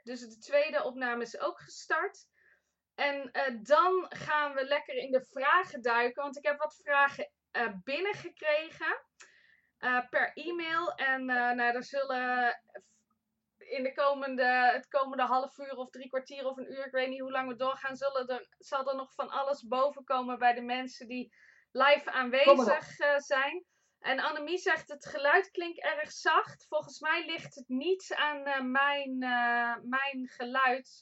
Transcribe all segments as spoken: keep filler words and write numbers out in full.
Dus de tweede opname is ook gestart. En uh, dan gaan we lekker in de vragen duiken. Want ik heb wat vragen uh, binnengekregen. Uh, per e-mail. En uh, nou, er zullen in de komende, het komende half uur of drie kwartier of een uur, ik weet niet hoe lang we doorgaan, zullen er, zal er nog van alles boven komen bij de mensen die live aanwezig uh, zijn. En Annemie zegt, het geluid klinkt erg zacht. Volgens mij ligt het niet aan uh, mijn, uh, mijn geluid.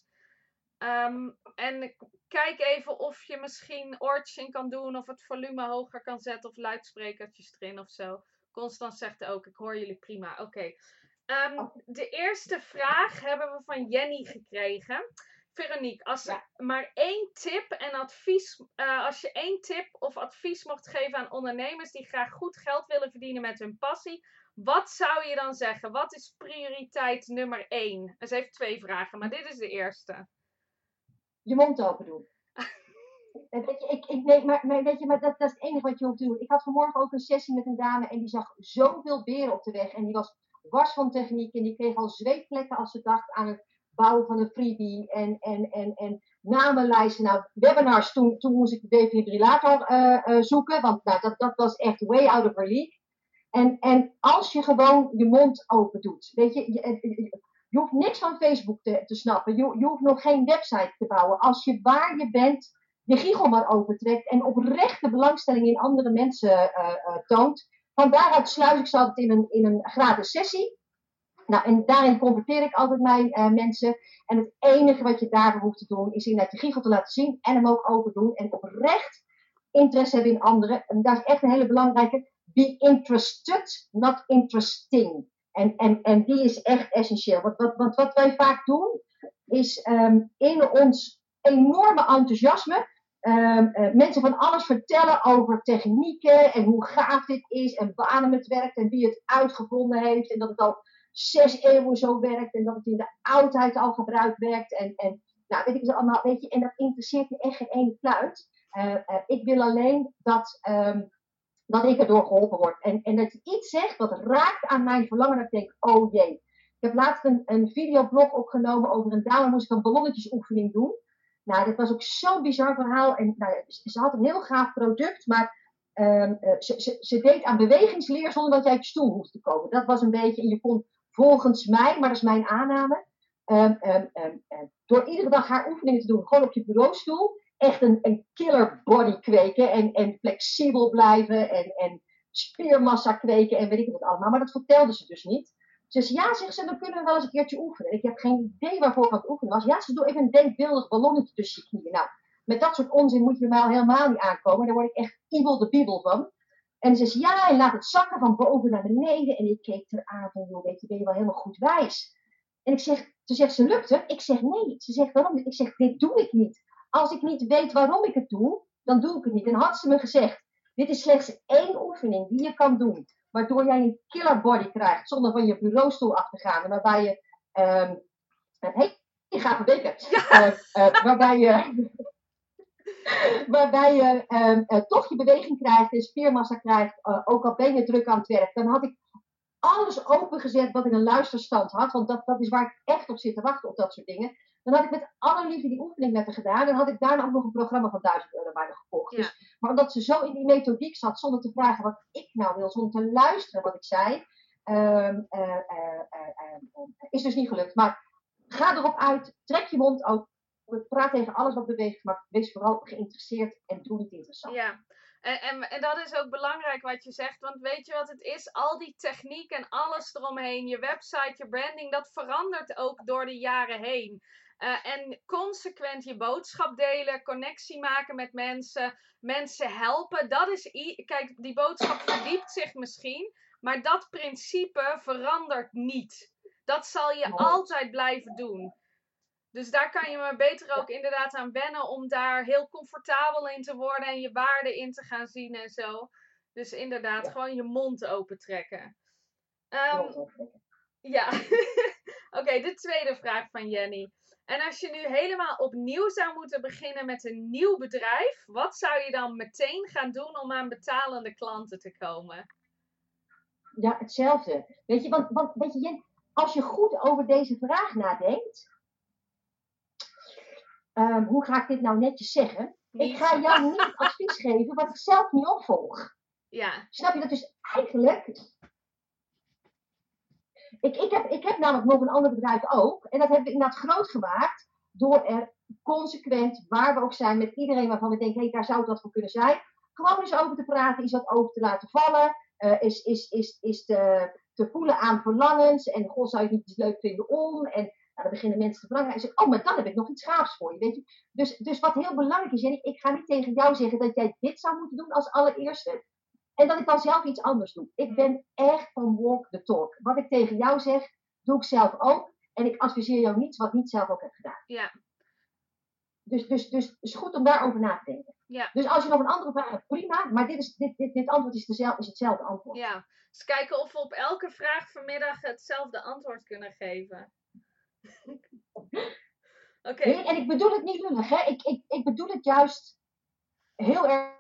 Um, en kijk even of je misschien oortjes in kan doen, of het volume hoger kan zetten, of luidsprekertjes erin of zo. Constance zegt ook, ik hoor jullie prima. Oké. Okay. Um, de eerste vraag hebben we van Jenny gekregen. Veronique, als er ja. maar één tip en advies, uh, als je één tip of advies mocht geven aan ondernemers die graag goed geld willen verdienen met hun passie, wat zou je dan zeggen? Wat is prioriteit nummer één? Dus heeft twee vragen, maar dit is de eerste. Je mond open doen. weet je, ik, ik, nee, maar, maar, weet je, maar dat, dat is het enige wat je hoeft te doen. Ik had vanmorgen ook een sessie met een dame en die zag zoveel beren op de weg en die was wars van techniek en die kreeg al zweetplekken als ze dacht aan het bouwen van een freebie en, en, en, en namenlijsten. Nou, webinars, toen, toen moest ik de defibrillator uh, uh, zoeken, want nou, dat, dat was echt way out of her league. En, en als je gewoon je mond open doet, weet je, je, je, je hoeft niks van Facebook te, te snappen, je, je hoeft nog geen website te bouwen. Als je waar je bent, je giegel maar opentrekt en oprechte belangstelling in andere mensen uh, uh, toont. Van daaruit sluit ik ze altijd in een, in een gratis sessie. Nou, en daarin converteer ik altijd mijn uh, mensen. En het enige wat je daarvoor hoeft te doen, is inderdaad je giegel te laten zien en hem ook open doen. En oprecht interesse hebben in anderen. En dat is echt een hele belangrijke. Be interested, not interesting. En, en, en die is echt essentieel. Want wat, wat, wat wij vaak doen, is um, in ons enorme enthousiasme Um, uh, mensen van alles vertellen over technieken en hoe gaaf dit is en waarom het werkt en wie het uitgevonden heeft en dat het al zes eeuwen zo werkt en dat het in de oudheid al gebruikt werkt en, en nou weet ik het allemaal, weet je, en dat interesseert me echt geen ene kluit. Uh, uh, ik wil alleen dat, um, dat ik erdoor geholpen word en, en dat je iets zegt wat raakt aan mijn verlangen dat ik denk, oh jee. Ik heb laatst een, een videoblog opgenomen over een dame, moest ik een ballonnetjesoefening doen. Nou, dit was ook zo'n bizar verhaal. En nou, ze had een heel gaaf product, maar um, uh, ze, ze, ze deed aan bewegingsleer zonder dat jij uit je stoel hoeft te komen. Dat was een beetje, en je kon volgens mij, maar dat is mijn aanname, um, um, um, um, door iedere dag haar oefeningen te doen, gewoon op je bureaustoel, echt een, een killer body kweken en, en flexibel blijven en, en spiermassa kweken en weet ik wat allemaal. Maar dat vertelde ze dus niet. Ze zei, ja, zegt ze, dan kunnen we wel eens een keertje oefenen. Ik heb geen idee waarvoor ik aan het oefenen was. Ja, ze doet even een denkbeeldig ballonnetje tussen je knieën. Nou, met dat soort onzin moet je bij mij helemaal niet aankomen. Daar word ik echt evil de bibel van. En ze zei, ja, en laat het zakken van boven naar beneden. En ik keek haar aan van, joh, weet je, ben je wel helemaal goed wijs. En ik zeg, ze zegt, ze lukt het? Ik zeg, nee. Ze zegt, waarom? Ik zeg, dit doe ik niet. Als ik niet weet waarom ik het doe, dan doe ik het niet. En had ze me gezegd, dit is slechts één oefening die je kan doen, waardoor jij een killer body krijgt, zonder van je bureaustoel af te gaan. En waarbij je, um, hey, je gaat verbeken. Ja. Uh, uh, waarbij je, waarbij je um, uh, toch je beweging krijgt en spiermassa krijgt, uh, ook al ben je druk aan het werk. Dan had ik alles opengezet wat in een luisterstand had, want dat, dat is waar ik echt op zit te wachten op dat soort dingen. Dan had ik met alle liefde die oefening met haar gedaan. En had ik daarna ook nog een programma van duizend euro bij haar gekocht. Ja. Dus, maar omdat ze zo in die methodiek zat, zonder te vragen wat ik nou wil, zonder te luisteren wat ik zei, um, uh, uh, uh, uh, is dus niet gelukt. Maar ga erop uit, trek je mond open, praat tegen alles wat beweegt, maar wees vooral geïnteresseerd en doe niet interessant. Ja. En, en, en dat is ook belangrijk wat je zegt, want weet je wat het is? Al die techniek en alles eromheen, je website, je branding, dat verandert ook door de jaren heen. Uh, en consequent je boodschap delen, connectie maken met mensen, mensen helpen, dat is, i- kijk, die boodschap verdiept zich misschien, maar dat principe verandert niet. Dat zal je altijd blijven doen. Dus daar kan je maar beter ook inderdaad aan wennen om daar heel comfortabel in te worden en je waarde in te gaan zien en zo. Dus inderdaad, ja. Gewoon je mond open trekken. Um, ja, oké, okay, de tweede vraag van Jenny. En als je nu helemaal opnieuw zou moeten beginnen met een nieuw bedrijf, wat zou je dan meteen gaan doen om aan betalende klanten te komen? Ja, hetzelfde. Weet je, want, want weet je, Jen, als je goed over deze vraag nadenkt, um, hoe ga ik dit nou netjes zeggen? Niet. Ik ga jou niet advies geven wat ik zelf niet opvolg. Ja. Snap je dat? Dus eigenlijk... Ik, ik, heb, ik heb namelijk nog een ander bedrijf ook. En dat hebben we inderdaad groot gemaakt. Door er consequent, waar we ook zijn, met iedereen waarvan we denken, hé, hey, daar zou het wat voor kunnen zijn. Gewoon eens over te praten, is wat over te laten vallen. Uh, is is, is, is te, te voelen aan verlangens. En god, zou je het niet iets leuk vinden om? En nou, dan beginnen mensen te verlangen. En zeggen, oh, maar dan heb ik nog iets gaafs voor je. Weet je? Dus, dus wat heel belangrijk is, en ik, ik ga niet tegen jou zeggen dat jij dit zou moeten doen als allereerste. En dat ik dan zelf iets anders doe. Ik ben echt van walk the talk. Wat ik tegen jou zeg, doe ik zelf ook. En ik adviseer jou niets wat ik niet zelf ook heb gedaan. Ja. Dus, dus, dus het is goed om daarover na te denken. Ja. Dus als je nog een andere vraag hebt, prima. Maar dit, is, dit, dit, dit antwoord is, dezelfde, is hetzelfde antwoord. Ja. Dus kijken of we op elke vraag vanmiddag hetzelfde antwoord kunnen geven. Oké. Okay. Nee, en ik bedoel het niet lullig, hè. Ik, ik, ik bedoel het juist heel erg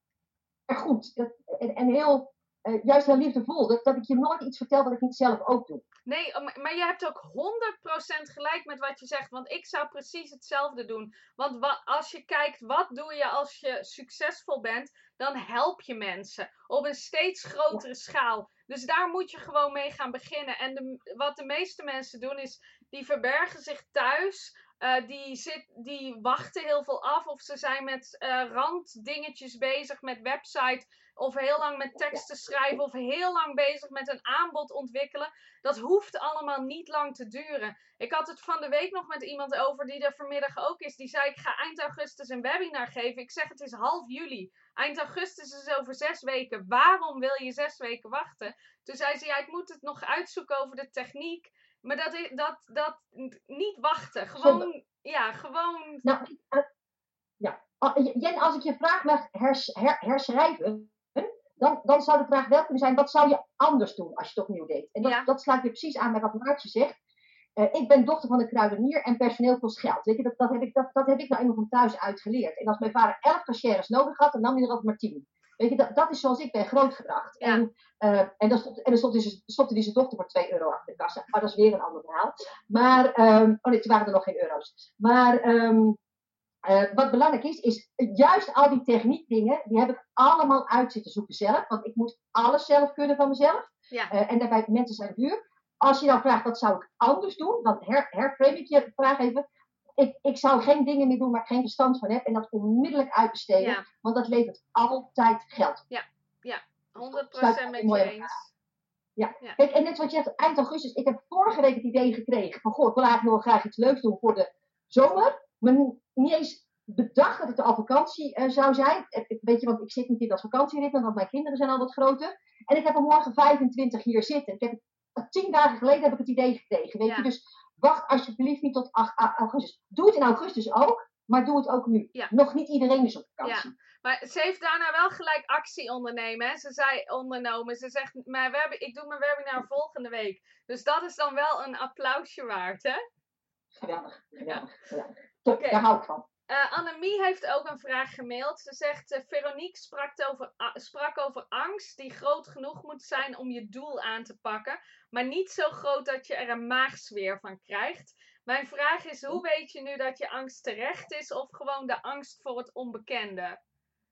goed. Dat, en, en heel, uh, juist heel liefdevol. Dat, dat ik je nooit iets vertel wat ik niet zelf ook doe. Nee, maar je hebt ook honderd procent gelijk met wat je zegt. Want ik zou precies hetzelfde doen. Want wa- als je kijkt, wat doe je als je succesvol bent? Dan help je mensen. Op een steeds grotere schaal. Dus daar moet je gewoon mee gaan beginnen. En de, wat de meeste mensen doen is, die verbergen zich thuis. Uh, die, zit, die wachten heel veel af. Of ze zijn met uh, randdingetjes bezig, met website. Of heel lang met teksten schrijven. Of heel lang bezig met een aanbod ontwikkelen. Dat hoeft allemaal niet lang te duren. Ik had het van de week nog met iemand over die er vanmiddag ook is. Die zei, ik ga eind augustus een webinar geven. Ik zeg, het is half juli. Eind augustus is over zes weken. Waarom wil je zes weken wachten? Toen zei ze, ja, ik moet het nog uitzoeken over de techniek. Maar dat, dat, dat niet wachten. Gewoon, Zonder. ja, gewoon... Nou, uh, ja. Jen, als ik je vraag mag hers, her, herschrijven... Dan, dan zou de vraag wel kunnen zijn, wat zou je anders doen als je het opnieuw deed? En dat, ja. dat sluit weer precies aan bij wat Maartje zegt. Uh, ik ben dochter van een kruidenier en personeel kost geld. Weet je, dat, dat, heb ik, dat, dat heb ik nou eenmaal van thuis uitgeleerd. En als mijn vader elf cashiers nodig had, dan nam hij er altijd maar tien. Weet je, dat, dat is zoals ik ben grootgebracht. Ja. En, uh, en dan stond, en dan stond, die, stopte die zijn dochter voor twee euro achter de kassa. Maar dat is weer een ander verhaal. Maar, um, oh nee, toen waren er nog geen euro's. Maar... Um, Uh, wat belangrijk is, is juist al die techniekdingen, die heb ik allemaal uit zitten zoeken zelf. Want ik moet alles zelf kunnen van mezelf. Ja. Uh, en daarbij mensen zijn duur. Als je dan vraagt, wat zou ik anders doen? Dan her, herframe ik je vraag even. Ik, ik zou geen dingen meer doen waar ik geen verstand van heb. En dat onmiddellijk uitbesteden. Ja. Want dat levert altijd geld. Ja, ja. honderd procent met je eens. Ja. ja, kijk, en net wat je zegt, eind augustus. Ik heb vorige week het idee gekregen van, goh, ik wil eigenlijk nog graag iets leuks doen voor de zomer. Maar niet eens bedacht dat het al vakantie uh, zou zijn. Weet je, want ik zit niet in dat vakantieritme, want mijn kinderen zijn al wat groter. En ik heb er morgen vijfentwintig hier zitten. Ik heb, tien dagen geleden heb ik het idee gekregen. Weet ja. je, dus wacht alsjeblieft niet tot augustus. Doe het in augustus ook, maar doe het ook nu. Ja. Nog niet iedereen is op vakantie. Ja. Maar ze heeft daarna wel gelijk actie ondernemen. Hè? Ze zei ondernomen. Ze zegt, maar web, ik doe mijn webinar volgende week. Dus dat is dan wel een applausje waard, hè? Geweldig, geweldig, geweldig. Top, okay. Daar hou ik van. Uh, Annemie heeft ook een vraag gemaild. Ze zegt, uh, Veronique sprak over, uh, sprak over angst die groot genoeg moet zijn om je doel aan te pakken. Maar niet zo groot dat je er een maagzweer van krijgt. Mijn vraag is, hoe weet je nu dat je angst terecht is of gewoon de angst voor het onbekende?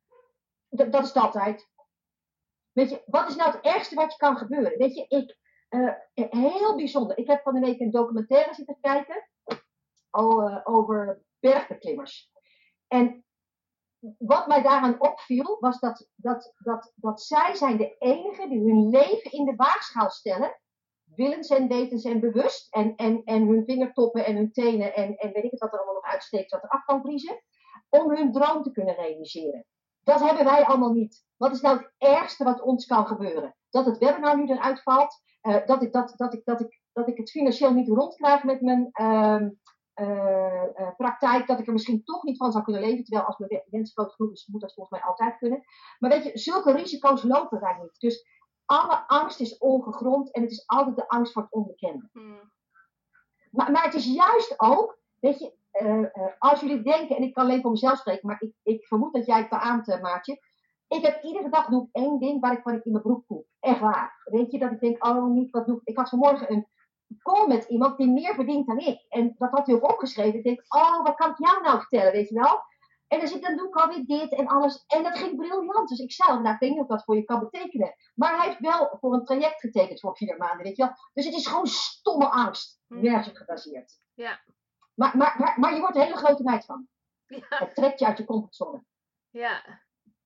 Dat, dat is het altijd. Weet je, wat is nou het ergste wat je kan gebeuren? Weet je, ik, uh, heel bijzonder. Ik heb van de week een documentaire zitten kijken uh, over bergbeklimmers. En wat mij daaraan opviel, was dat, dat, dat, dat zij zijn de enigen die hun leven in de waagschaal stellen. Willens en wetens en bewust. En, en, en hun vingertoppen en hun tenen en, en weet ik het wat er allemaal nog uitsteekt, wat er af kan vriezen. Om hun droom te kunnen realiseren. Dat hebben wij allemaal niet. Wat is nou het ergste wat ons kan gebeuren? Dat het webinar nu eruit valt. Uh, dat, ik, dat, dat, ik, dat, ik, dat ik het financieel niet rondkrijg met mijn uh, uh, uh, praktijk. Dat ik er misschien toch niet van zou kunnen leven. Terwijl als mijn wens groot genoeg is, moet dat volgens mij altijd kunnen. Maar weet je, zulke risico's lopen wij niet. Dus alle angst is ongegrond. En het is altijd de angst voor het onbekende. Hmm. Maar, maar het is juist ook, weet je, uh, uh, als jullie denken, en ik kan alleen voor mezelf spreken, maar ik, ik vermoed dat jij het beaamt, uh, Maartje. Ik heb iedere dag doe ik één ding waar ik, waar ik in mijn broek poep. Echt waar. Weet je, dat ik denk, oh niet, wat doe ik? Ik had vanmorgen een call met iemand die meer verdient dan ik. En dat had hij ook opgeschreven. Ik denk, oh, wat kan ik jou nou vertellen, weet je wel? En dan, zit, dan doe ik alweer dit en alles. En dat ging briljant. Dus ik zei, nou, ik weet niet of dat voor je kan betekenen. Maar hij heeft wel voor een traject getekend voor vier maanden, weet je wel. Dus het is gewoon stomme angst. Nergens op gebaseerd. Ja. Maar, maar, maar, maar je wordt er een hele grote meid van. Ja. Het trekt je uit je comfortzone. Ja.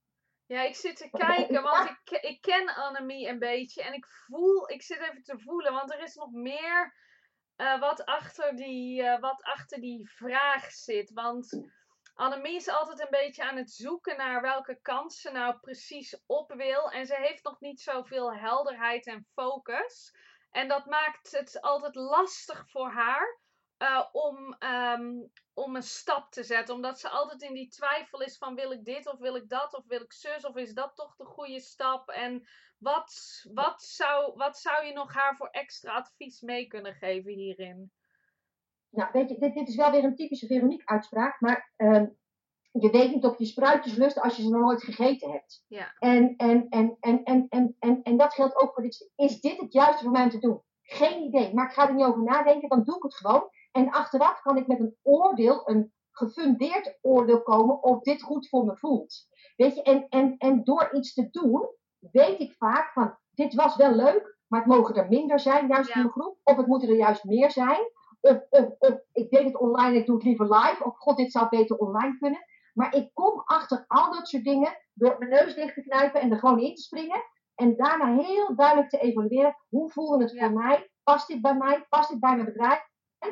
Ja, ik zit te kijken, want ik, ik ken Annemie een beetje. En ik voel, ik zit even te voelen, want er is nog meer uh, wat, achter die, uh, wat achter die vraag zit. Want Annemie is altijd een beetje aan het zoeken naar welke kant ze nou precies op wil. En ze heeft nog niet zoveel helderheid en focus. En dat maakt het altijd lastig voor haar uh, om, um, om een stap te zetten. Omdat ze altijd in die twijfel is van wil ik dit of wil ik dat of wil ik zus of is dat toch de goede stap. En wat, wat, zou, wat zou je nog haar voor extra advies mee kunnen geven hierin? Nou, weet je, dit, dit is wel weer een typische Veronique-uitspraak, maar uh, je weet niet of je spruitjes lust als je ze nog nooit gegeten hebt. Ja. En, en, en, en, en, en, en, en dat geldt ook voor dit. Is dit het juiste voor mij om te doen? Geen idee, maar ik ga er niet over nadenken, dan doe ik het gewoon. En achteraf kan ik met een oordeel, een gefundeerd oordeel komen of dit goed voor me voelt. Weet je, en, en, en door iets te doen, weet ik vaak van, dit was wel leuk, maar het mogen er minder zijn, juist ja. in de groep. Of het moeten er juist meer zijn. Of, of, of ik deed het online, ik doe het liever live. Of god, dit zou beter online kunnen. Maar ik kom achter al dat soort dingen door mijn neus dicht te knijpen en er gewoon in te springen. En daarna heel duidelijk te evalueren. Hoe voelde het ja. voor mij? Past dit bij mij? Past dit bij mijn bedrijf?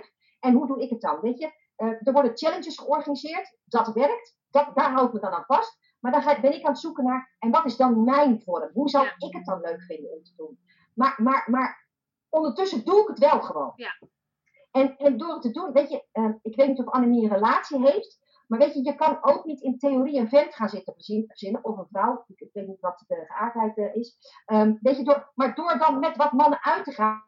En hoe doe ik het dan? Weet je, uh, er worden challenges georganiseerd. Dat werkt. Dat, daar hou ik me dan aan vast. Maar dan ga, ben ik aan het zoeken naar, en wat is dan mijn vorm? Hoe zou ja. ik het dan leuk vinden om te doen? Maar, maar, maar ondertussen doe ik het wel gewoon. Ja. En, en door het te doen, weet je, uh, ik weet niet of Annemie een relatie heeft. Maar weet je, je kan ook niet in theorie een vent gaan zitten verzinnen, of een vrouw. Ik weet niet wat de geaardheid uh, is. Um, weet je, door, maar door dan met wat mannen uit te gaan.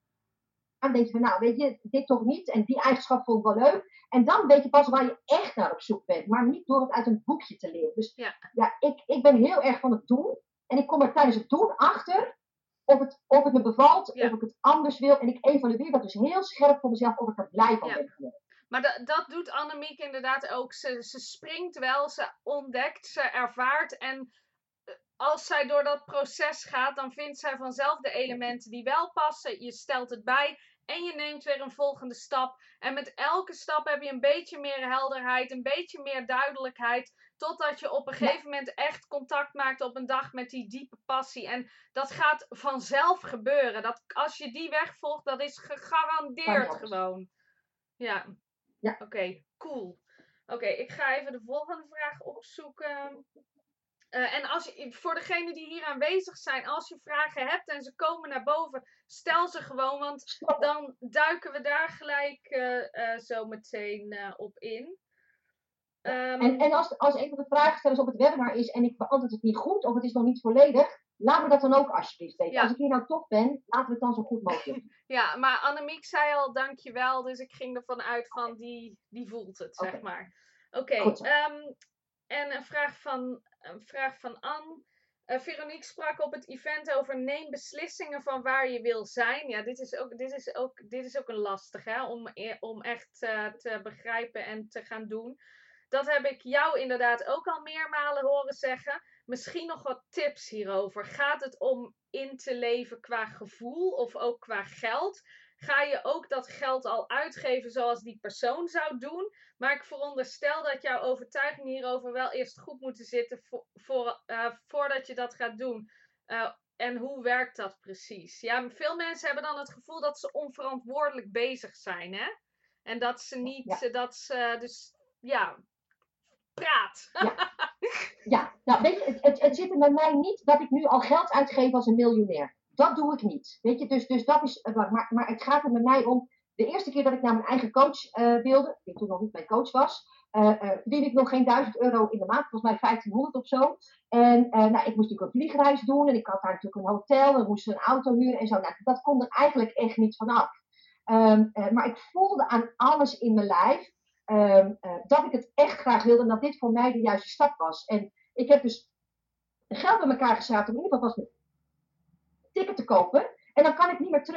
Dan denk je van, nou weet je, dit toch niet. En die eigenschap vond ik wel leuk. En dan weet je pas waar je echt naar op zoek bent. Maar niet door het uit een boekje te leren. Dus ja, ja ik, ik ben heel erg van het doen. En ik kom er tijdens het doen achter of het, of het me bevalt, ja. of ik het anders wil. En ik evalueer dat dus heel scherp voor mezelf of ik er blij van ja. ben geworden. Maar dat, dat doet Annemiek inderdaad ook. Ze, ze springt wel, ze ontdekt, ze ervaart. En als zij door dat proces gaat, dan vindt zij vanzelf de elementen die wel passen. Je stelt het bij en je neemt weer een volgende stap. En met elke stap heb je een beetje meer helderheid, een beetje meer duidelijkheid. Totdat je op een gegeven ja. moment echt contact maakt op een dag met die diepe passie. En dat gaat vanzelf gebeuren. Dat, als je die weg volgt, dat is gegarandeerd ja. gewoon. Ja. Ja. Oké, okay, cool. Oké, okay, ik ga even de volgende vraag opzoeken. Uh, en als je, voor degenen die hier aanwezig zijn, als je vragen hebt en ze komen naar boven, stel ze gewoon, want dan duiken we daar gelijk uh, uh, zo meteen uh, op in. Um, en en als, als een van de vraagstellers op het webinar is en ik beantwoord het niet goed of het is nog niet volledig, laat me dat dan ook alsjeblieft weten. Ja. Als ik hier nou toch ben, laten we het dan zo goed mogelijk doen. Ja, maar Annemiek zei al dankjewel, dus ik ging ervan uit van die, die voelt het, zeg okay. maar. Oké, okay, um, en een vraag van, een vraag van Anne. Uh, Veronique sprak op het event over neem beslissingen van waar je wil zijn. Ja, dit is ook, dit is ook, dit is ook een lastig, hè, om, om echt uh, te begrijpen en te gaan doen. Dat heb ik jou inderdaad ook al meermalen horen zeggen. Misschien nog wat tips hierover. Gaat het om in te leven qua gevoel of ook qua geld? Ga je ook dat geld al uitgeven zoals die persoon zou doen? Maar ik veronderstel dat jouw overtuigingen hierover wel eerst goed moeten zitten voor, voor, uh, voordat je dat gaat doen. Uh, en hoe werkt dat precies? Ja, veel mensen hebben dan het gevoel dat ze onverantwoordelijk bezig zijn, hè? En dat ze niet, ja. dat ze, dus ja, praat. Ja, ja. Nou weet je, het, het, het zit er bij mij niet dat ik nu al geld uitgeef als een miljonair. Dat doe ik niet. Weet je, dus, dus dat is, maar, maar het gaat er bij mij om, de eerste keer dat ik naar mijn eigen coach uh, wilde, die toen nog niet mijn coach was, uh, uh, verdiende ik nog geen duizend euro in de maand, volgens mij vijftienhonderd of zo. En uh, nou, ik moest natuurlijk een vliegreis doen en ik had daar natuurlijk een hotel, we moesten een auto huren en zo. Nou, dat kon er eigenlijk echt niet vanaf. Um, uh, maar ik voelde aan alles in mijn lijf um, uh, dat ik het echt graag wilde en dat dit voor mij de juiste stap was. En ik heb dus geld bij elkaar gezet om in ieder geval vast mijn ticket te kopen en dan kan ik niet meer terug.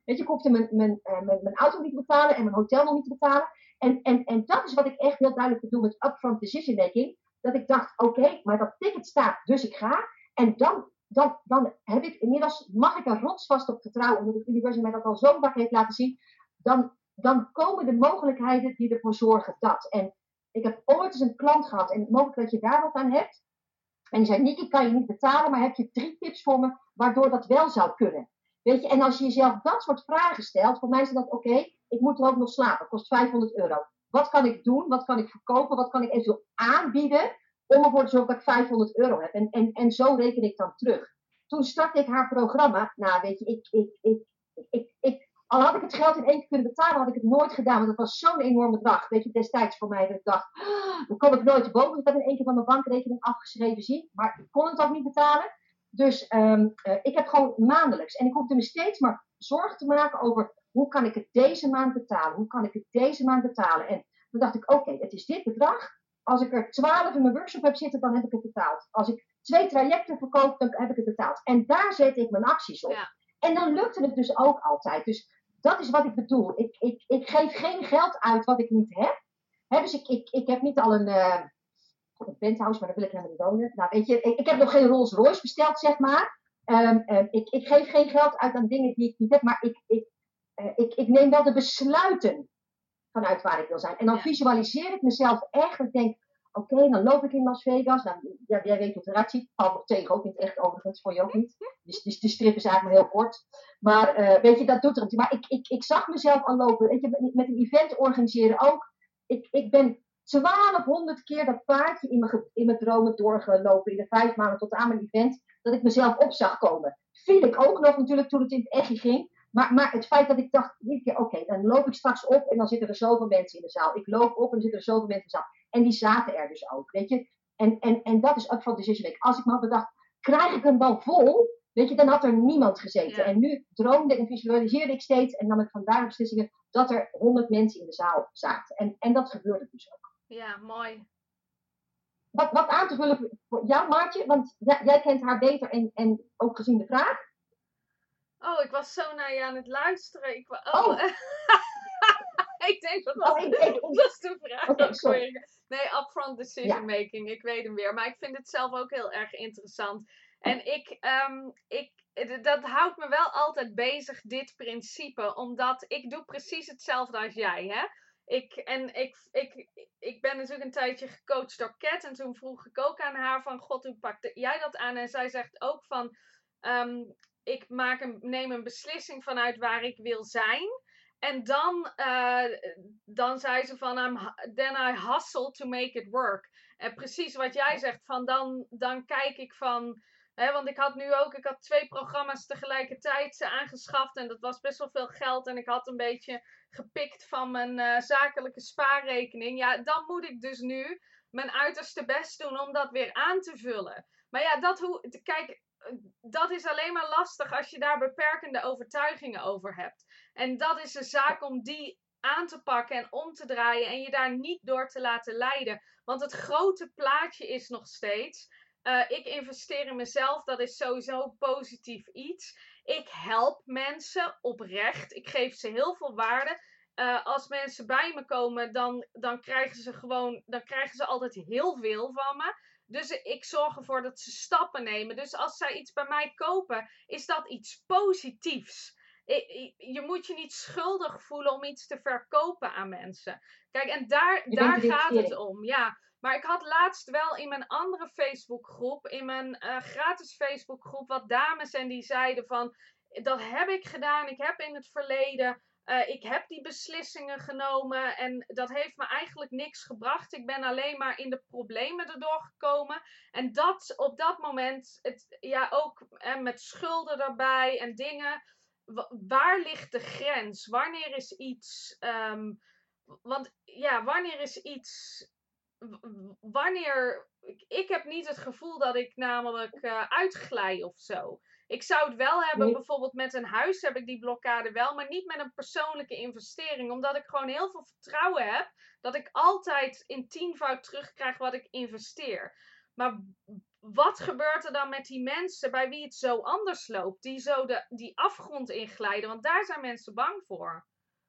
Weet je, ik hoefde mijn, mijn, uh, mijn, mijn auto niet te betalen en mijn hotel nog niet te betalen. En, en, en dat is wat ik echt heel duidelijk bedoel met upfront decision making. Dat ik dacht, oké, okay, maar dat ticket staat, dus ik ga. En dan, dan, dan heb ik inmiddels, mag ik er rotsvast op vertrouwen, omdat het universum mij dat al zo vaak heeft laten zien. Dan, dan komen de mogelijkheden die ervoor zorgen dat. En ik heb ooit eens een klant gehad, en mogelijk dat je daar wat aan hebt. En die zei, Nikki, kan je niet betalen, maar heb je drie tips voor me waardoor dat wel zou kunnen? Weet je, en als je jezelf dat soort vragen stelt, voor mij is dat oké, okay, ik moet er ook nog slapen, het kost vijfhonderd euro. Wat kan ik doen, wat kan ik verkopen, wat kan ik eventueel aanbieden om ervoor te zorgen dat ik vijfhonderd euro heb? En, en, en zo reken ik dan terug. Toen startte ik haar programma, nou weet je, ik, ik, ik, ik, ik, ik al had ik het geld in één keer kunnen betalen, had ik het nooit gedaan. Want dat was zo'n enorm bedrag. Weet je, destijds voor mij dat ik dacht, oh, dan kom ik nooit te boven. Ik had in één keer van mijn bankrekening afgeschreven zien. Maar ik kon het ook niet betalen. Dus um, uh, ik heb gewoon maandelijks. En ik hoefde me steeds maar zorgen te maken over hoe kan ik het deze maand betalen? Hoe kan ik het deze maand betalen? En toen dacht ik, oké, okay, het is dit bedrag. Als ik er twaalf in mijn workshop heb zitten, dan heb ik het betaald. Als ik twee trajecten verkoop, dan heb ik het betaald. En daar zet ik mijn acties op. Ja. En dan lukte het dus ook altijd. Dus dat is wat ik bedoel. Ik, ik, ik geef geen geld uit wat ik niet heb. He, dus ik, ik, ik heb niet al een, uh, een penthouse, maar daar wil ik helemaal niet wonen. Nou, weet je, ik, ik heb nog geen Rolls Royce besteld, zeg maar. Um, um, ik, ik geef geen geld uit aan dingen die ik niet heb, maar ik, ik, uh, ik, ik neem wel de besluiten vanuit waar ik wil zijn. En dan visualiseer ik mezelf echt. Ik denk, oké, okay, dan loop ik in Las Vegas. Nou, ja, jij weet hoe het eruit ziet. Valt nog tegen, ook niet echt overigens, voor je ook niet. Dus, dus de strip is eigenlijk maar heel kort. Maar uh, weet je, dat doet er niet. Maar ik, ik, ik zag mezelf al lopen. Weet je, met een event organiseren ook. Ik, ik ben twaalfhonderd keer dat paardje in mijn, in mijn dromen doorgelopen. In de vijf maanden tot aan mijn event. Dat ik mezelf op zag komen. Viel ik ook nog natuurlijk toen het in het echtje ging. Maar, maar het feit dat ik dacht, oké, okay, dan loop ik straks op en dan zitten er zoveel mensen in de zaal. Ik loop op en dan zitten er zoveel mensen in de zaal. En die zaten er dus ook, weet je. En, en, en dat is upfront decision making. Als ik me had bedacht, krijg ik hem dan vol? Weet je, dan had er niemand gezeten. Ja. En nu droomde en visualiseerde ik steeds en nam ik vandaar beslissingen dat er honderd mensen in de zaal zaten. En, en dat gebeurde dus ook. Ja, mooi. Wat, wat aan te vullen voor jou, Maartje, want ja, jij kent haar beter en, en ook gezien de vraag. Oh, ik was zo naar je aan het luisteren. Ik, wa- oh. oh. ik denk, dat was, oh, ik, ik, dat was de vraag. Okay, sorry. Nee, upfront decision ja. making. Ik weet hem weer. Maar ik vind het zelf ook heel erg interessant. En ik, um, ik, dat houdt me wel altijd bezig, dit principe. Omdat ik doe precies hetzelfde als jij, hè. Ik, en ik, ik, ik ben natuurlijk een tijdje gecoacht door Kat. En toen vroeg ik ook aan haar van, god, hoe pakte jij dat aan? En zij zegt ook van... Um, ik maak een, neem een beslissing vanuit waar ik wil zijn. En dan, uh, dan zei ze van, I'm, then I hustle to make it work. En precies wat jij zegt, van dan, dan kijk ik van... Hè, want ik had nu ook, ik had twee programma's tegelijkertijd aangeschaft. En dat was best wel veel geld. En ik had een beetje gepikt van mijn uh, zakelijke spaarrekening. Ja, dan moet ik dus nu mijn uiterste best doen om dat weer aan te vullen. Maar ja, dat hoe... Kijk... Dat is alleen maar lastig als je daar beperkende overtuigingen over hebt. En dat is een zaak om die aan te pakken en om te draaien en je daar niet door te laten leiden. Want het grote plaatje is nog steeds, uh, ik investeer in mezelf, dat is sowieso positief iets. Ik help mensen oprecht, ik geef ze heel veel waarde. Uh, als mensen bij me komen, dan, dan krijgen ze gewoon, dan krijgen ze altijd heel veel van me. Dus ik zorg ervoor dat ze stappen nemen. Dus als zij iets bij mij kopen, is dat iets positiefs. Je moet je niet schuldig voelen om iets te verkopen aan mensen. Kijk, en daar, daar gaat het om. Ja. Maar ik had laatst wel in mijn andere Facebookgroep, in mijn uh, gratis Facebookgroep, wat dames en die zeiden van, dat heb ik gedaan, ik heb in het verleden... Uh, ik heb die beslissingen genomen en dat heeft me eigenlijk niks gebracht. Ik ben alleen maar in de problemen erdoor gekomen. En dat op dat moment, het, ja ook en met schulden daarbij en dingen. W- waar ligt de grens? Wanneer is iets... Um, want ja, wanneer is iets... W- wanneer... Ik, ik heb niet het gevoel dat ik namelijk uh, uitglij of zo. Ik zou het wel hebben, nee. Bijvoorbeeld met een huis heb ik die blokkade wel, maar niet met een persoonlijke investering. Omdat ik gewoon heel veel vertrouwen heb dat ik altijd in tienvoud terugkrijg wat ik investeer. Maar wat gebeurt er dan met die mensen bij wie het zo anders loopt? Die zo de, die afgrond inglijden, want daar zijn mensen bang voor.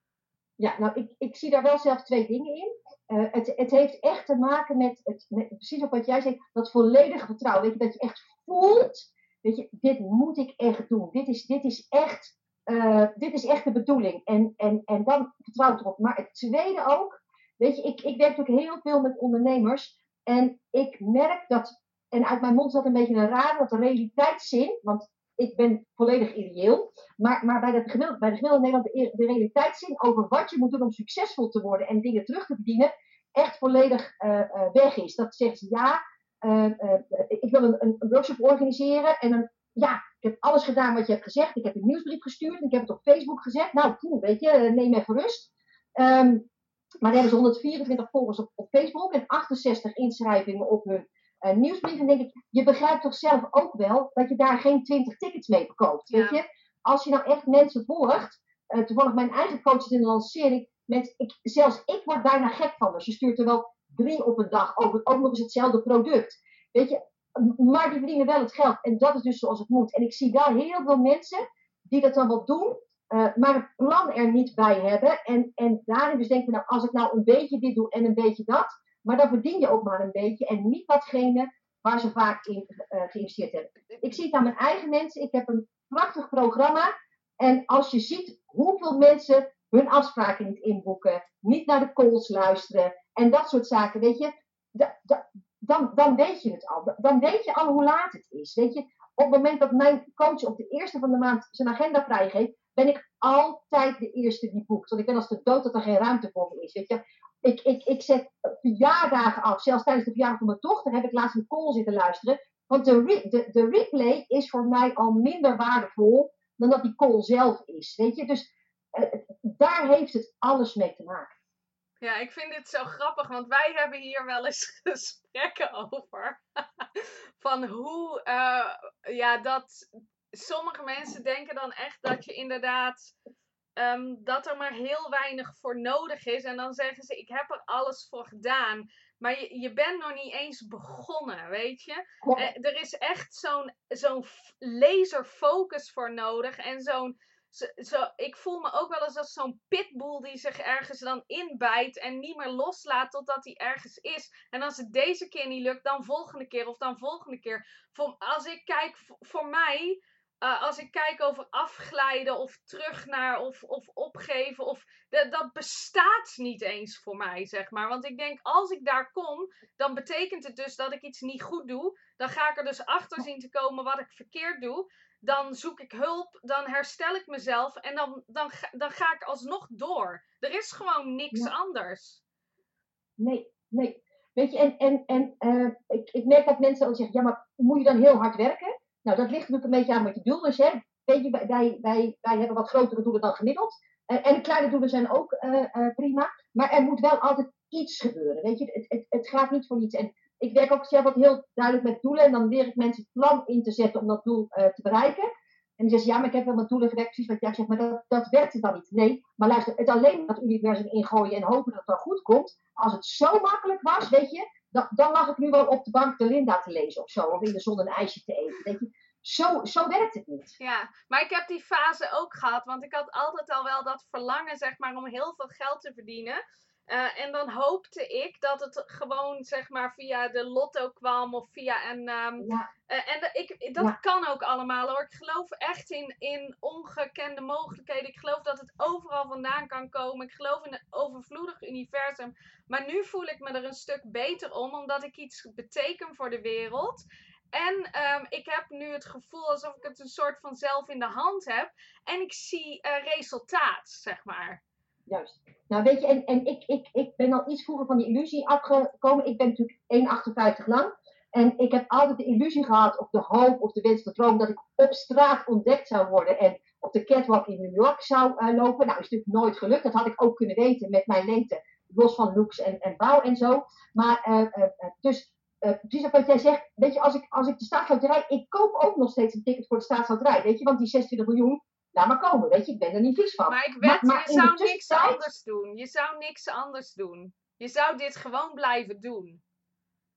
Ja, nou, ik, ik zie daar wel zelf twee dingen in. Uh, het, het heeft echt te maken met, het, met, precies op wat jij zegt, dat volledige vertrouwen. Weet je, dat je echt voelt, weet je, dit moet ik echt doen. Dit is, dit is, echt, uh, dit is echt de bedoeling. En, en, en dan vertrouw ik erop. Maar het tweede ook, weet je, ik, ik werk natuurlijk heel veel met ondernemers. En ik merk dat, en uit mijn mond is dat een beetje een raar, dat de realiteitszin, want ik ben volledig ideeel. Maar, maar bij, de gemiddelde, bij de gemiddelde Nederland de, de realiteitszin over wat je moet doen om succesvol te worden en dingen terug te verdienen, echt volledig uh, uh, weg is. Dat zegt ze ja, uh, uh, ik wil een, een, een workshop organiseren en een, ja, ik heb alles gedaan wat je hebt gezegd. Ik heb een nieuwsbrief gestuurd en ik heb het op Facebook gezet. Nou, poeh, weet je, neem even rust. Um, maar dan hebben ze honderdvierentwintig volgers op, op Facebook en achtenzestig inschrijvingen op hun uh, nieuwsbrief. En denk ik, je begrijpt toch zelf ook wel dat je daar geen twintig tickets mee verkoopt. Ja. Weet je? Als je nou echt mensen volgt, uh, toevallig mijn eigen coach in de lancering, met, ik, zelfs ik word bijna gek van. Dus je stuurt er wel drie op een dag over, ook nog eens hetzelfde product. Weet je, maar die verdienen wel het geld. En dat is dus zoals het moet. En ik zie wel heel veel mensen die dat dan wel doen, uh, maar het plan er niet bij hebben. En, en daarin dus denken, nou, als ik nou een beetje dit doe en een beetje dat, maar dan verdien je ook maar een beetje en niet datgene waar ze vaak in uh, geïnvesteerd hebben. Ik zie het aan mijn eigen mensen. Ik heb een prachtig programma. En als je ziet hoeveel mensen hun afspraken niet inboeken, niet naar de calls luisteren en dat soort zaken, weet je, da, da, dan, dan weet je het al. Dan weet je al hoe laat het is. Weet je, op het moment dat mijn coach op de eerste van de maand zijn agenda vrijgeeft, ben ik altijd de eerste die boekt. Want ik ben als de dood dat er geen ruimte voor me is. Weet je, ik, ik, ik zet verjaardagen af. Zelfs tijdens de verjaardag van mijn dochter heb ik laatst een call zitten luisteren. Want de, re, de, de replay is voor mij al minder waardevol dan dat die call zelf is. Weet je, dus uh, daar heeft het alles mee te maken. Ja, ik vind dit zo grappig, want wij hebben hier wel eens gesprekken over. Van hoe, uh, ja, dat sommige mensen denken dan echt dat je inderdaad, um, dat er maar heel weinig voor nodig is. En dan zeggen ze, ik heb er alles voor gedaan. Maar je, je bent nog niet eens begonnen, weet je. Ja. Uh, er is echt zo'n, zo'n laserfocus voor nodig en zo'n, Zo, zo, ik voel me ook wel eens als zo'n pitbull die zich ergens dan inbijt en niet meer loslaat totdat hij ergens is. En als het deze keer niet lukt, dan volgende keer of dan volgende keer. Voor, als ik kijk, voor mij, uh, als ik kijk over afglijden of terug naar of, of opgeven, of, dat, dat bestaat niet eens voor mij, zeg maar. Want ik denk, als ik daar kom, dan betekent het dus dat ik iets niet goed doe. Dan ga ik er dus achter zien te komen wat ik verkeerd doe. Dan zoek ik hulp, dan herstel ik mezelf en dan, dan, dan ga ik alsnog door. Er is gewoon niks ja. anders. Nee, nee. Weet je, en, en, en uh, ik, ik merk dat mensen al zeggen, ja, maar moet je dan heel hard werken? Nou, dat ligt natuurlijk een beetje aan wat je doel is, hè. Weet je, wij, wij, wij hebben wat grotere doelen dan gemiddeld. Uh, en kleine doelen zijn ook uh, uh, prima. Maar er moet wel altijd iets gebeuren, weet je. Het, het, het gaat niet voor niets. En ik werk ook zelf wat heel duidelijk met doelen. En dan leer ik mensen het plan in te zetten om dat doel uh, te bereiken. En die zeggen, ja, maar ik heb wel met doelen gewerkt, precies wat jij zegt, maar dat, dat werkt dan niet. Nee, maar luister, het alleen dat universum ingooien en hopen dat het dan goed komt. Als het zo makkelijk was, weet je, dan, dan lag ik nu wel op de bank de Linda te lezen of zo. Of in de zon een ijsje te eten, weet je. Zo, zo werkt het niet. Ja, maar ik heb die fase ook gehad, want ik had altijd al wel dat verlangen, zeg maar, om heel veel geld te verdienen. Uh, en dan hoopte ik dat het gewoon, zeg maar, via de lotto kwam of via een... Um, ja. uh, en de, ik, dat ja. kan ook allemaal hoor. Ik geloof echt in, in ongekende mogelijkheden. Ik geloof dat het overal vandaan kan komen. Ik geloof in een overvloedig universum. Maar nu voel ik me er een stuk beter om, omdat ik iets beteken voor de wereld. En um, ik heb nu het gevoel alsof ik het een soort van zelf in de hand heb. En ik zie uh, resultaat, zeg maar. Juist. Nou weet je, en, en ik, ik, ik ben al iets vroeger van die illusie afgekomen. Ik ben natuurlijk één komma achtenvijftig lang. En ik heb altijd de illusie gehad, of de hoop, of de wens, de droom, dat ik op straat ontdekt zou worden. En op de catwalk in New York zou uh, lopen. Nou, is natuurlijk nooit gelukt. Dat had ik ook kunnen weten met mijn lengte. Los van looks en, en bouw en zo. Maar, uh, uh, dus, uh, precies wat jij zegt. Weet je, als ik, als ik de staatsloterij... Ik koop ook nog steeds een ticket voor de staatsloterij. Weet je, want die zesentwintig miljoen... Laat maar komen, weet je, ik ben er niet vies van. Maar ik weet, maar, maar je zou niks anders doen. Je zou niks anders doen. Je zou dit gewoon blijven doen.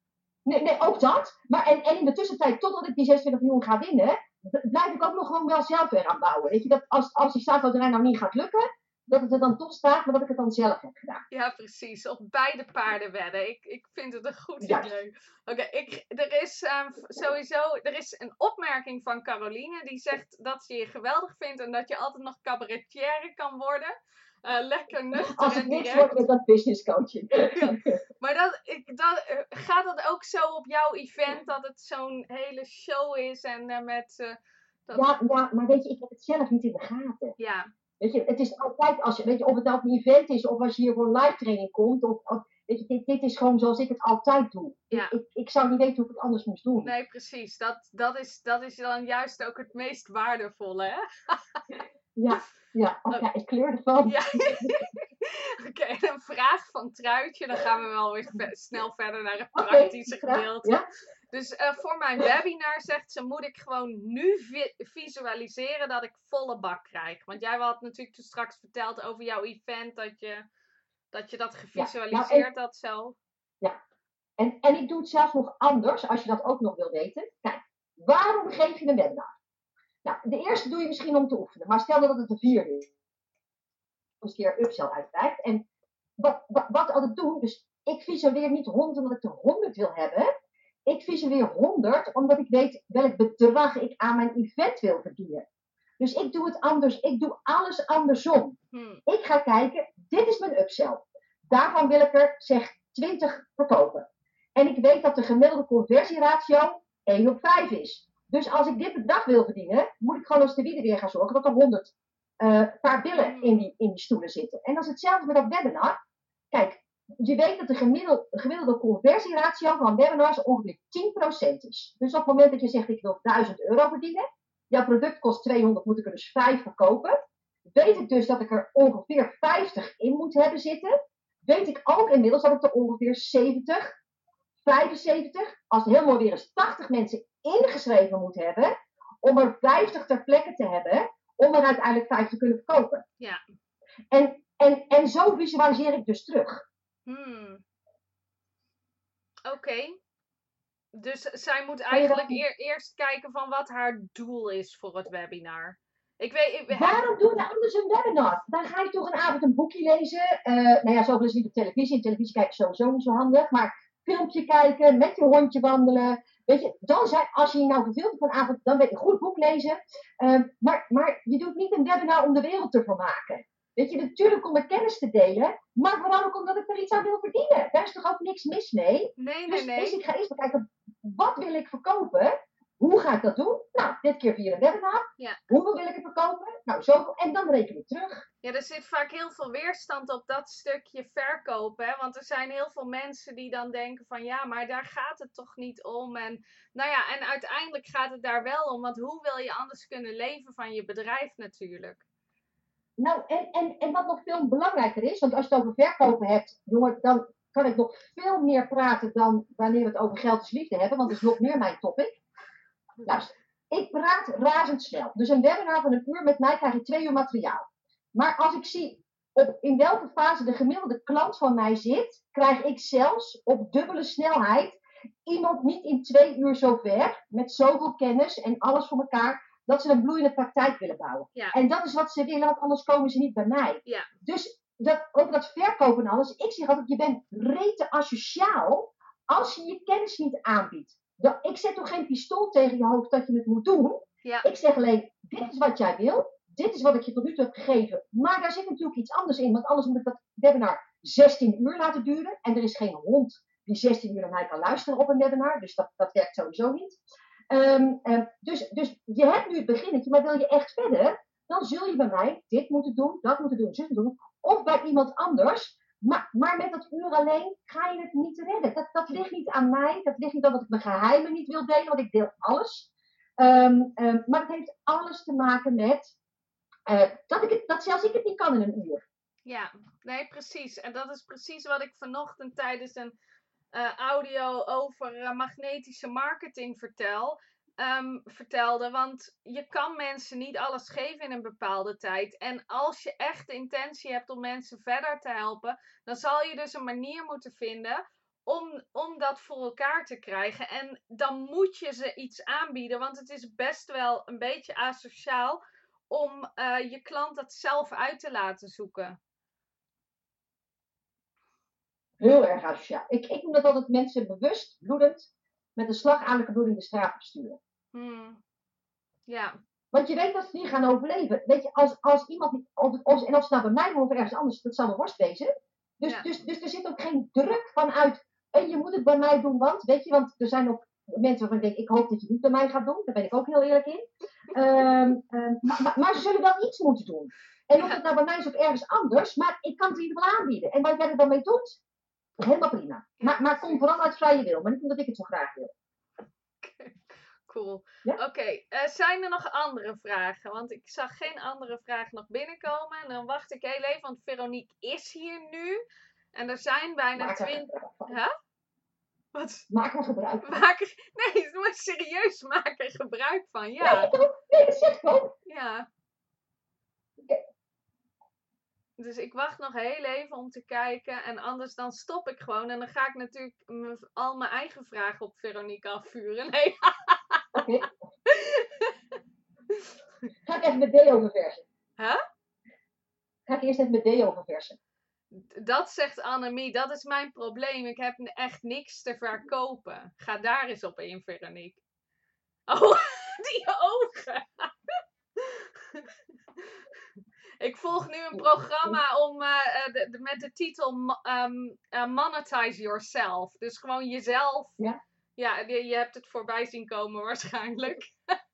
Nee, nee, ook dat. Maar en, en in de tussentijd, totdat ik die zesentwintig miljoen ga winnen, blijf ik ook nog gewoon wel zelf weer aan bouwen. Weet je, dat als, als die staatsloterij nou niet gaat lukken, dat het er dan toch staat, maar dat ik het dan zelf heb gedaan. Ja, precies. Op beide paarden wedden. Ik, ik vind het een goed Ja. idee. Oké, okay, ik er is um, sowieso er is een opmerking van Caroline. Die zegt dat ze je geweldig vindt en dat je altijd nog cabaretière kan worden. Uh, lekker nuchter Als en het niks direct. wordt met dat business coaching. Ja. Maar dat, ik, dat, uh, gaat dat ook zo op jouw event? Dat het zo'n hele show is en uh, met... Uh, dat... Ja, ja, maar weet je, ik heb het zelf niet in de gaten. Ja. Weet je, het is altijd, als je, weet je, of het nou op een event is of als je hier voor een live training komt. Of, of, weet je, dit, dit is gewoon zoals ik het altijd doe. Ja. Ik, ik, ik zou niet weten hoe ik het anders moest doen. Nee, precies. Dat, dat, is, dat is dan juist ook het meest waardevolle, hè? Ja, ja, oh, ja, ik kleur ervan. Ja. Oké, okay, een vraag van Truitje. Dan gaan we wel weer ve- snel verder naar het praktische okay, gedeelte. Ja. Dus uh, voor mijn webinar, zegt ze, moet ik gewoon nu vi- visualiseren dat ik volle bak krijg. Want jij had natuurlijk toen straks verteld over jouw event, dat je dat, je dat gevisualiseerd ja, nou, en, had zo. Ja, en, en ik doe het zelfs nog anders, als je dat ook nog wil weten. Kijk, waarom geef je een webinar? Nou, de eerste doe je misschien om te oefenen, maar stel dat het de vierde is. Een keer upsell uitkrijgt. En wat, wat, wat altijd doen, dus ik visualiseer niet honderd omdat ik er honderd wil hebben. Ik visualiseer honderd omdat ik weet welk bedrag ik aan mijn event wil verdienen. Dus ik doe het anders. Ik doe alles andersom. Hmm. Ik ga kijken, dit is mijn upsell. Daarvan wil ik er, zeg, twintig verkopen. En ik weet dat de gemiddelde conversieratio één op vijf is. Dus als ik dit bedrag wil verdienen, moet ik gewoon als de wiede weer gaan zorgen dat er honderd uh, paar billen in die, in die stoelen zitten. En dat is hetzelfde met dat webinar. Kijk, je weet dat de gemiddelde, gemiddelde conversieratio van webinars ongeveer tien procent is. Dus op het moment dat je zegt, ik wil duizend euro verdienen, jouw product kost tweehonderd, moet ik er dus vijf verkopen. Weet ik dus dat ik er ongeveer vijftig in moet hebben zitten. Weet ik ook inmiddels dat ik er ongeveer zeventig, vijfenzeventig, als het heel mooi weer is, tachtig mensen ingeschreven moet hebben, om er vijftig ter plekke te hebben, om er uiteindelijk vijf te kunnen verkopen. Ja. En, en, en zo visualiseer ik dus terug. Hmm. Oké. Okay. Dus zij moet eigenlijk eer, eerst kijken van wat haar doel is voor het webinar. Ik weet, ik, Waarom doe je anders een webinar? Dan ga je toch een avond een boekje lezen. Uh, nou ja, zoveel is niet op televisie. In televisie kijken is sowieso niet zo handig. Maar filmpje kijken, met je hondje wandelen. Weet je, dan zijn, als je je nou verveelt op een avond, dan weet je een goed boek lezen. Uh, maar, maar je doet niet een webinar om de wereld te vermaken. Weet je, natuurlijk om er kennis te delen, maar vooral ook omdat ik er iets aan wil verdienen. Daar is toch ook niks mis mee? Nee, nee, dus, nee. Dus ik ga eerst kijken, wat wil ik verkopen? Hoe ga ik dat doen? Nou, dit keer via een webinar. Ja. Hoeveel wil ik het verkopen? Nou, zoveel. En dan reken ik terug. Ja, er zit vaak heel veel weerstand op dat stukje verkopen. Hè? Want er zijn heel veel mensen die dan denken van ja, maar daar gaat het toch niet om. En nou ja, en uiteindelijk gaat het daar wel om. Want hoe wil je anders kunnen leven van je bedrijf natuurlijk? Nou, en, en, en wat nog veel belangrijker is, want als je het over verkopen hebt, jongen, dan kan ik nog veel meer praten dan wanneer we het over geld is liefde hebben, want dat is nog meer mijn topic. Luister, ik praat razendsnel. Dus een webinar van een uur met mij krijg je twee uur materiaal. Maar als ik zie op in welke fase de gemiddelde klant van mij zit, krijg ik zelfs op dubbele snelheid iemand niet in twee uur zo ver, met zoveel kennis en alles voor elkaar, dat ze een bloeiende praktijk willen bouwen. Ja. En dat is wat ze willen, want anders komen ze niet bij mij. Ja. Dus dat, over dat verkopen en alles, ik zeg altijd, je bent rete asociaal als je je kennis niet aanbiedt. Ik zet toch geen pistool tegen je hoofd dat je het moet doen. Ja. Ik zeg alleen, dit is wat jij wil. Dit is wat ik je tot nu toe heb gegeven. Maar daar zit natuurlijk iets anders in. Want anders moet ik dat webinar zestien uur laten duren. En er is geen hond die zestien uur naar mij kan luisteren op een webinar. Dus dat, dat werkt sowieso niet. Um, um, dus, dus je hebt nu het beginnetje. Maar wil je echt verder, dan zul je bij mij dit moeten doen, dat moeten doen, zus doen. Of bij iemand anders. Maar, maar met dat uur alleen ga je het niet redden. Dat, dat ligt niet aan mij. Dat ligt niet aan dat ik mijn geheimen niet wil delen. Want ik deel alles. Um, um, maar het heeft alles te maken met uh, dat, ik het, dat zelfs ik het niet kan in een uur. Ja, nee, precies. En dat is precies wat ik vanochtend tijdens een uh, audio over uh, magnetische marketing vertel. Um, vertelde, want je kan mensen niet alles geven in een bepaalde tijd. En als je echt de intentie hebt om mensen verder te helpen, dan zal je dus een manier moeten vinden om, om dat voor elkaar te krijgen. En dan moet je ze iets aanbieden, want het is best wel een beetje asociaal om uh, je klant dat zelf uit te laten zoeken. Heel erg asociaal. Ik, ik noem dat altijd mensen bewust, bloedend, met een slagadelijke bloeding de straat op sturen. Hmm. Ja. Want je weet dat ze niet gaan overleven. Weet je, als, als iemand niet, of, of, en of ze nou bij mij doen of ergens anders, dat zal een worst wezen. Dus, Ja. dus, dus er zit ook geen druk vanuit, en je moet het bij mij doen, want, weet je, want er zijn ook mensen waarvan ik denk, ik hoop dat je het niet bij mij gaat doen. Daar ben ik ook heel eerlijk in. Um, um, maar, maar, maar ze zullen wel iets moeten doen. En of Ja. het nou bij mij is of ergens anders, maar ik kan het in ieder geval aanbieden. En wat jij er dan mee doet, helemaal prima. Ja, maar, maar kom vooral uit vrije wil, maar niet omdat ik het zo graag wil. Cool. Ja? Oké, okay. uh, zijn er nog andere vragen? Want ik zag geen andere vragen nog binnenkomen. En dan wacht ik heel even, want Veronique is hier nu. En er zijn bijna twintig... Huh? Wat? Maak er gebruik van. Maak er... Nee, maar serieus, maak er gebruik van, ja. Nee, toch? Nee, dat zeg ik ook. Ja. Okay. Dus ik wacht nog heel even om te kijken. En anders dan stop ik gewoon. En dan ga ik natuurlijk m- al mijn eigen vragen op Veronique afvuren. Nee. Oké. Okay. Ga ik even met deo verversen. Huh? Ga ik eerst even met deo verversen. Dat zegt Annemie, dat is mijn probleem. Ik heb echt niks te verkopen. Ga daar eens op in, Veronique. Oh, die ogen. Ik volg nu een programma om, uh, de, de, met de titel um, uh, Monetize Yourself. Dus gewoon jezelf. Ja, ja je, je hebt het voorbij zien komen waarschijnlijk.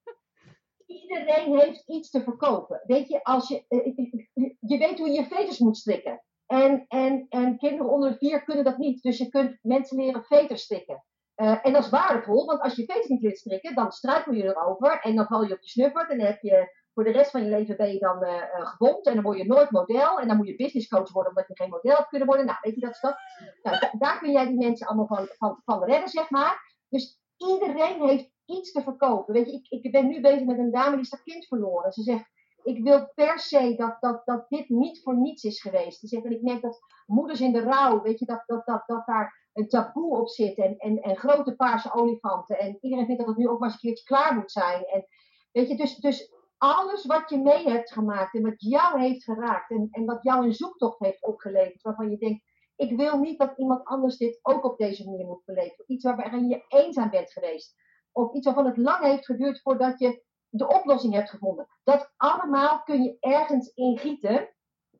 Iedereen heeft iets te verkopen. Weet je, als je, uh, je weet hoe je je veters moet strikken. En, en, en kinderen onder de vier kunnen dat niet. Dus je kunt mensen leren veters strikken. Uh, en dat is waardevol, want als je veters niet leert strikken, dan struikel je erover. En dan val je op je snuffert. En dan heb je, voor de rest van je leven ben je dan uh, uh, gewond. En dan word je nooit model. En dan moet je businesscoach worden, omdat je geen model hebt kunnen worden. Nou, weet je dat is dat. Nou, da- daar kun jij die mensen allemaal van, van, van redden, zeg maar. Dus iedereen heeft iets te verkopen. Weet je, ik, ik ben nu bezig met een dame die is haar kind verloren. Ze zegt, ik wil per se dat, dat, dat dit niet voor niets is geweest. Ze zegt, en ik merk dat moeders in de rouw, weet je, dat, dat, dat, dat daar een taboe op zit. En, en, en grote paarse olifanten. En iedereen vindt dat het nu ook maar eens een keertje klaar moet zijn. En weet je, dus, dus alles wat je mee hebt gemaakt en wat jou heeft geraakt. En, en wat jou een zoektocht heeft opgeleverd. Waarvan je denkt, ik wil niet dat iemand anders dit ook op deze manier moet beleven. Iets waarin je eenzaam bent geweest. Of iets waarvan het lang heeft geduurd voordat je de oplossing hebt gevonden. Dat allemaal kun je ergens ingieten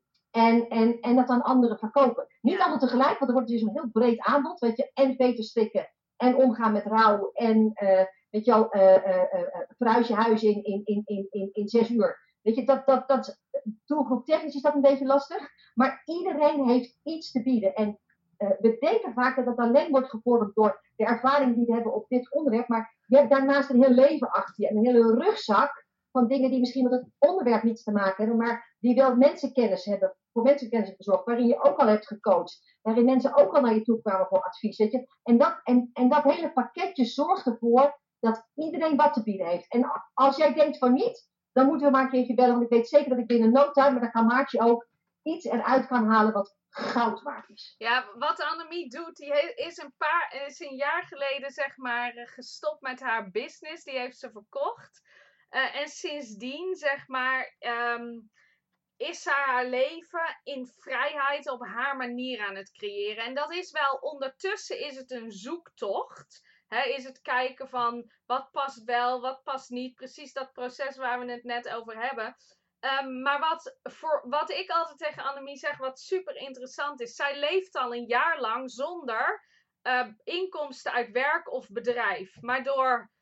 en, en, en dat aan anderen verkopen. Niet Ja. allemaal tegelijk, want er wordt dus een heel breed aanbod. Weet je, en veters strikken en omgaan met rouw en uh, weet je wel, uh, uh, uh, verhuis je huis in, in, in, in, in, in zes uur. Weet je, dat, dat, dat, doelgroep technisch is dat een beetje lastig. Maar iedereen heeft iets te bieden. En uh, we denken vaak dat dat alleen wordt gevormd door de ervaring die we hebben op dit onderwerp. Maar je hebt daarnaast een heel leven achter je. En een hele rugzak van dingen die misschien met het onderwerp niets te maken hebben. Maar die wel mensenkennis hebben, voor mensenkennis hebben gezorgd. Waarin je ook al hebt gecoacht. Waarin mensen ook al naar je toe kwamen voor advies. Weet je? En, dat, en, en dat hele pakketje zorgt ervoor dat iedereen wat te bieden heeft. En als jij denkt van niet, dan moeten we maar een keertje bellen. Want ik weet zeker dat ik binnen no time, maar dan kan Maartje ook iets eruit kan halen wat goud waard is. Ja, wat Annemie doet, die is een paar, is een jaar geleden zeg maar gestopt met haar business. Die heeft ze verkocht. Uh, en sindsdien zeg maar um, is ze haar leven in vrijheid op haar manier aan het creëren. En dat is wel, ondertussen is het een zoektocht. He, is het kijken van wat past wel, wat past niet. Precies dat proces waar we het net over hebben. Um, maar wat, voor, wat ik altijd tegen Annemie zeg, wat super interessant is. Zij leeft al een jaar lang zonder uh, inkomsten uit werk of bedrijf. Maar door,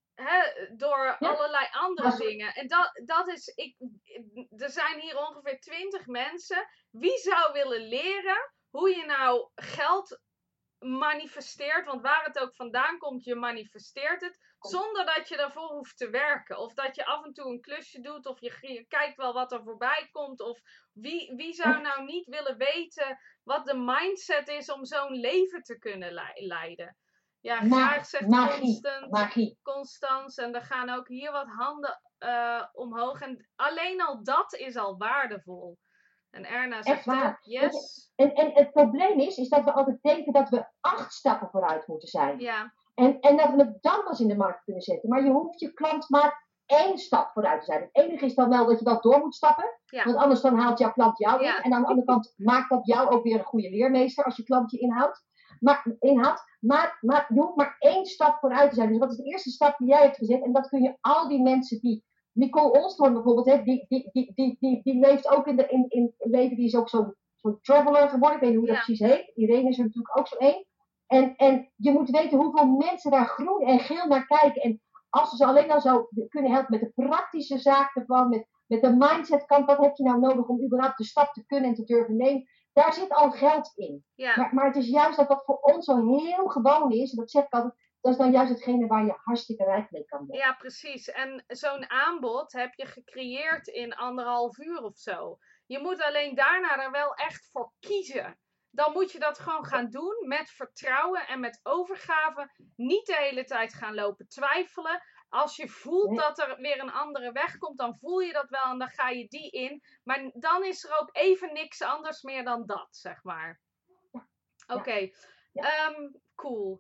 he, door ja. allerlei andere ja. dingen. En dat, dat is, ik, er zijn hier ongeveer twintig mensen. Wie zou willen leren hoe je nou geld manifesteert, want waar het ook vandaan komt, je manifesteert het, zonder dat je daarvoor hoeft te werken. Of dat je af en toe een klusje doet, of je, je kijkt wel wat er voorbij komt. Of wie, wie zou nou niet willen weten wat de mindset is om zo'n leven te kunnen le- leiden? Ja, graag zegt Constant, Constance. En er gaan ook hier wat handen uh, omhoog. En alleen al dat is al waardevol. En Erna Echt zegt waar. ook, yes. En, en het probleem is, is dat we altijd denken dat we acht stappen vooruit moeten zijn. Ja. En, en dat we het dan pas in de markt kunnen zetten. Maar je hoeft je klant maar één stap vooruit te zijn. Het enige is dan wel dat je wel door moet stappen. Ja. Want anders dan haalt jouw klant jou in. Ja. En aan de andere kant maakt dat jou ook weer een goede leermeester als je klant je inhoudt. Maar, inhoudt. Maar, maar je hoeft maar één stap vooruit te zijn. Dus dat is de eerste stap die jij hebt gezet. En dat kun je al die mensen die... Nicole Olstorm bijvoorbeeld, hè, die, die, die, die, die, die leeft ook in, de, in, in het leven. Die is ook zo'n zo'n traveler geworden. Ik weet niet hoe dat Ja. precies heet. Irene is er natuurlijk ook zo één. En, en je moet weten hoeveel mensen daar groen en geel naar kijken. En als ze ze alleen al zo kunnen helpen met de praktische zaken ervan, met, met de mindset kant, wat heb je nou nodig om überhaupt de stap te kunnen en te durven nemen. Daar zit al geld in. Ja. Maar, maar het is juist dat wat voor ons zo heel gewoon is, en dat zeg ik altijd, dat is dan juist hetgene waar je hartstikke rijk mee kan worden. Ja, precies. En zo'n aanbod heb je gecreëerd in anderhalf uur of zo. Je moet alleen daarna er wel echt voor kiezen. Dan moet je dat gewoon gaan doen met vertrouwen en met overgave. Niet de hele tijd gaan lopen twijfelen. Als je voelt Nee. dat er weer een andere weg komt, dan voel je dat wel en dan ga je die in. Maar dan is er ook even niks anders meer dan dat, zeg maar. Oké, okay. Ja. um, cool.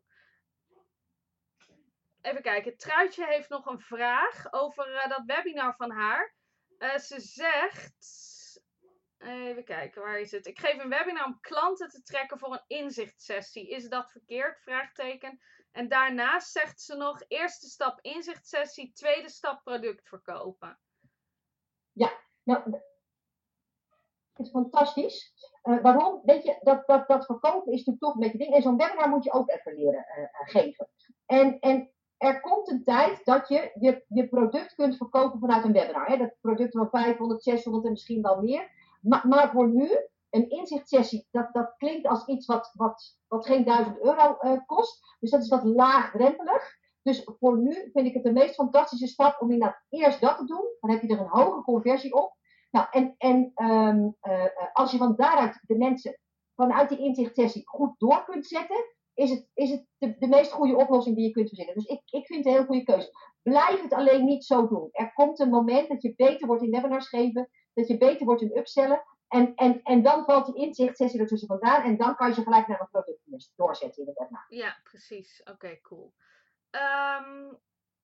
Even kijken, Truitje heeft nog een vraag over uh, dat webinar van haar. Uh, ze zegt... Even kijken, waar is het? Ik geef een webinar om klanten te trekken voor een inzichtssessie. Is dat verkeerd? Vraagteken. En daarnaast zegt ze nog, eerste stap inzichtssessie, tweede stap product verkopen. Ja, nou, het is fantastisch. Uh, waarom? Weet je, dat, dat, dat verkopen is natuurlijk toch een beetje ding. En zo'n webinar moet je ook even leren uh, uh, geven. En, en er komt een tijd dat je, je je product kunt verkopen vanuit een webinar. Hè? Dat product van vijfhonderd, zeshonderd en misschien wel meer. Maar, maar voor nu, een inzichtssessie, dat, dat klinkt als iets wat, wat, wat geen duizend euro uh, kost. Dus dat is wat laagdrempelig. Dus voor nu vind ik het de meest fantastische stap om inderdaad eerst dat te doen. Dan heb je er een hoge conversie op. Nou, en, en um, uh, als je van daaruit de mensen vanuit die inzichtssessie goed door kunt zetten, is het, is het de, de meest goede oplossing die je kunt verzinnen. Dus ik, ik vind het een heel goede keuze. Blijf het alleen niet zo doen. Er komt een moment dat je beter wordt in webinars geven, dat je beter wordt in upsellen. En, en, en dan valt die inzichtssessie ertussen vandaan en dan kan je ze gelijk naar een product doorzetten in het webinar. Ja, precies. Oké, okay, cool. Um,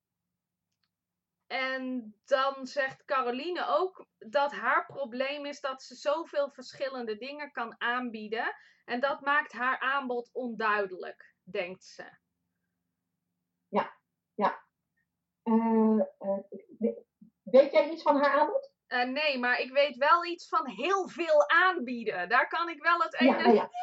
en dan zegt Caroline ook dat haar probleem is dat ze zoveel verschillende dingen kan aanbieden. En dat maakt haar aanbod onduidelijk, denkt ze. Ja, ja. Uh, uh, weet jij iets van haar aanbod? Uh, nee, maar ik weet wel iets van heel veel aanbieden. Daar kan ik wel het ene... Ja, ja.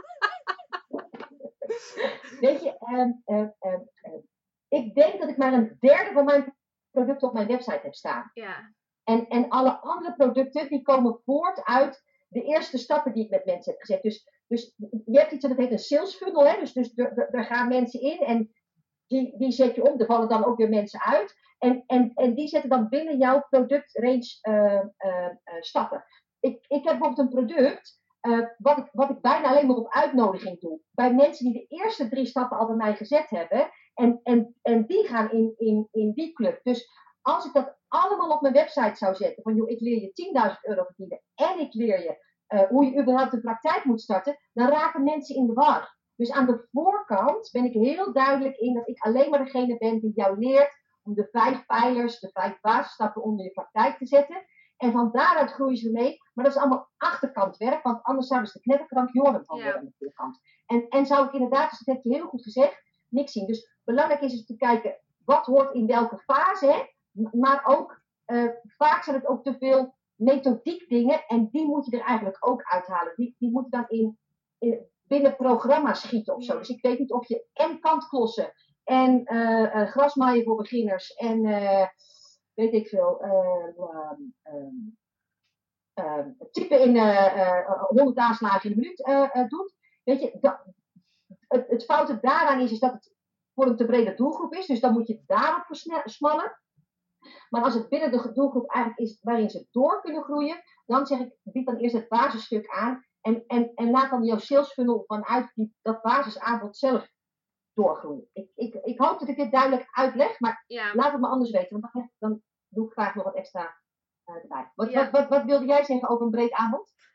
Weet je, uh, uh, uh, uh, ik denk dat ik maar een derde van mijn producten op mijn website heb staan. Ja. En, en alle andere producten die komen voort uit de eerste stappen die ik met mensen heb gezet. Dus, dus je hebt iets dat heet een sales funnel. Hè? Dus, dus daar gaan mensen in en die, die zet je om. Er vallen dan ook weer mensen uit. En, en, en die zetten dan binnen jouw productrange uh, uh, uh, stappen. Ik, ik heb bijvoorbeeld een product uh, wat, ik, wat ik bijna alleen maar op uitnodiging doe. Bij mensen die de eerste drie stappen al bij mij gezet hebben. En, en, en die gaan in, in, in die club. Dus als ik dat allemaal op mijn website zou zetten. Van joh, ik leer je tienduizend euro verdienen. En ik leer je uh, hoe je überhaupt een praktijk moet starten. Dan raken mensen in de war. Dus aan de voorkant ben ik heel duidelijk in dat ik alleen maar degene ben die jou leert om de vijf pijlers, de vijf basisstappen onder je praktijk te zetten. En van daaruit groeien ze mee. Maar dat is allemaal achterkantwerk, want anders zouden ze de knetterkrank Joren van worden aan de voorkant. En, en zou ik inderdaad, dus dat heb je heel goed gezegd, niks zien. Dus belangrijk is dus te kijken, wat hoort in welke fase, hè? Maar ook, uh, vaak zijn het ook te veel methodiek dingen en die moet je er eigenlijk ook uithalen. Die, die moeten dan in, in binnen programma's schieten of zo. Dus ik weet niet of je en kantklossen en uh, uh, grasmaaien voor beginners en uh, weet ik veel, uh, uh, uh, uh, typen in uh, uh, honderd aanslagen in een minuut uh, uh, doet. Weet je, dat, het, het foute daaraan is, is dat het voor een te brede doelgroep is. Dus dan moet je daarop versmallen. Maar als het binnen de doelgroep eigenlijk is waarin ze door kunnen groeien, dan zeg ik, bied dan eerst het basisstuk aan. En, en, en laat dan jouw sales funnel vanuit die, dat basisaanbod zelf doorgroeien. Ik, ik, ik hoop dat ik dit duidelijk uitleg, maar ja. Laat het me anders weten. Want dan, dan doe ik graag nog wat extra uh, erbij. Wat, ja. wat, wat, wat wilde jij zeggen over een breed aanbod?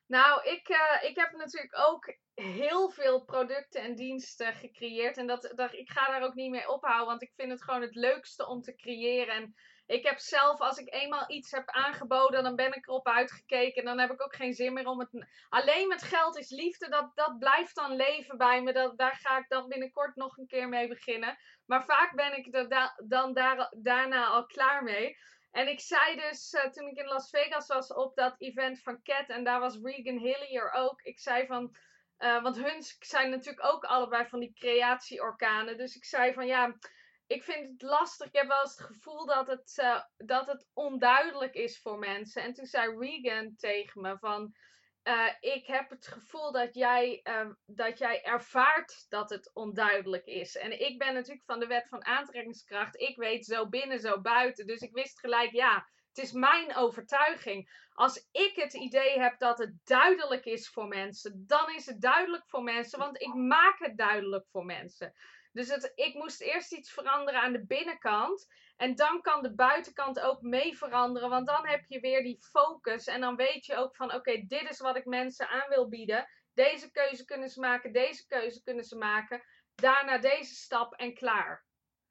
Nou, ik, uh, ik heb natuurlijk ook heel veel producten en diensten gecreëerd. En dat, dat, ik ga daar ook niet mee ophouden, want ik vind het gewoon het leukste om te creëren. En ik heb zelf, als ik eenmaal iets heb aangeboden, dan ben ik erop uitgekeken. En dan heb ik ook geen zin meer om het... Alleen met geld is liefde, dat, dat blijft dan leven bij me. Dat, daar ga ik dan binnenkort nog een keer mee beginnen. Maar vaak ben ik er da- dan daar, daarna al klaar mee. En ik zei dus, uh, toen ik in Las Vegas was op dat event van Cat, en daar was Regan Hillier ook. Ik zei van, uh, want hun zijn natuurlijk ook allebei van die creatieorkanen. Dus ik zei van, ja, ik vind het lastig. Ik heb wel eens het gevoel dat het, uh, dat het onduidelijk is voor mensen. En toen zei Regan tegen me van, uh, ik heb het gevoel dat jij, uh, dat jij ervaart dat het onduidelijk is. En ik ben natuurlijk van de wet van aantrekkingskracht. Ik weet zo binnen, zo buiten. Dus ik wist gelijk, ja, het is mijn overtuiging. Als ik het idee heb dat het duidelijk is voor mensen, dan is het duidelijk voor mensen. Want ik maak het duidelijk voor mensen. Dus het, ik moest eerst iets veranderen aan de binnenkant. En dan kan de buitenkant ook mee veranderen. Want dan heb je weer die focus. En dan weet je ook van, oké, okay, dit is wat ik mensen aan wil bieden. Deze keuze kunnen ze maken. Deze keuze kunnen ze maken. Daarna deze stap en klaar.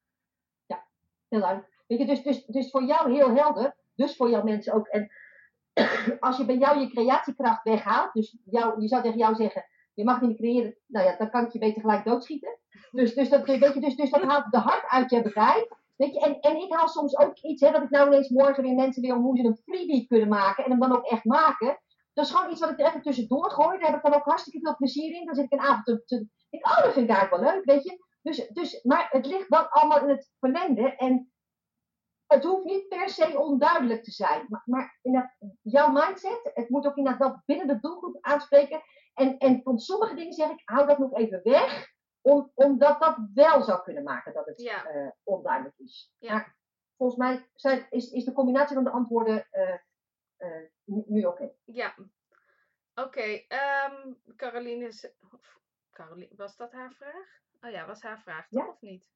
Ja, heel leuk. Weet je, dus, dus, dus voor jou heel helder. Dus voor jouw mensen ook. En als je bij jou je creatiekracht weghaalt. Dus jou, je zou tegen jou zeggen, je mag niet meer creëren. Nou ja, dan kan ik je beter gelijk doodschieten. Dus, dus, dat, weet je, dus, dus dat haalt de hart uit je bedrijf. Weet je, en, en ik haal soms ook iets, hè, dat ik nou ineens morgen weer mensen weer om hoe ze een freebie kunnen maken. En hem dan ook echt maken. Dat is gewoon iets wat ik er even tussendoor gooi. Daar heb ik dan ook hartstikke veel plezier in. Dan zit ik een avond te, te denk, oh, dat vind ik eigenlijk wel leuk, weet je. Dus, dus, maar het ligt wel allemaal in het verlengde. En het hoeft niet per se onduidelijk te zijn. Maar, maar inderdaad, jouw mindset, het moet ook inderdaad wel binnen de doelgroep aanspreken. En, en van sommige dingen zeg ik, hou dat nog even weg. Om, omdat dat wel zou kunnen maken dat het ja. uh, onduidelijk is. Ja. Maar volgens mij zijn, is, is de combinatie van de antwoorden uh, uh, nu, nu oké. Okay. Ja. Oké. Okay, um, Caroline, Caroline, was dat haar vraag? Oh ja, was haar vraag toch, ja? Of niet?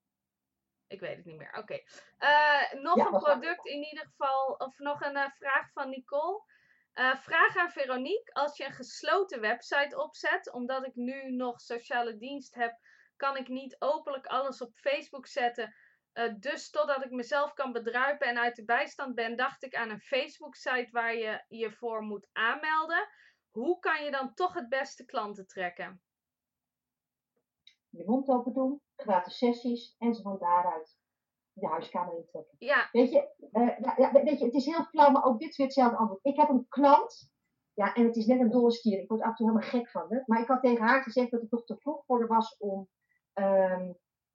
Ik weet het niet meer. Oké. Okay. Uh, nog ja, een product in ieder geval. Of nog een uh, vraag van Nicole. Uh, vraag aan Veronique. Als je een gesloten website opzet. Omdat ik nu nog sociale dienst heb. Kan ik niet openlijk alles op Facebook zetten. Uh, dus totdat ik mezelf kan bedruipen en uit de bijstand ben. Dacht ik aan een Facebook site waar je je voor moet aanmelden. Hoe kan je dan toch het beste klanten trekken? Je mond open doen. Gratis sessies. En ze van daaruit de huiskamer intrekken. Ja. Weet je, uh, ja, ja, weet je, het is heel flauw, maar ook dit is weer hetzelfde antwoord. Ik heb een klant, ja, en het is net een dolle stier. Ik word af en toe helemaal gek van het. Maar ik had tegen haar gezegd dat het toch te vroeg voor haar was om um,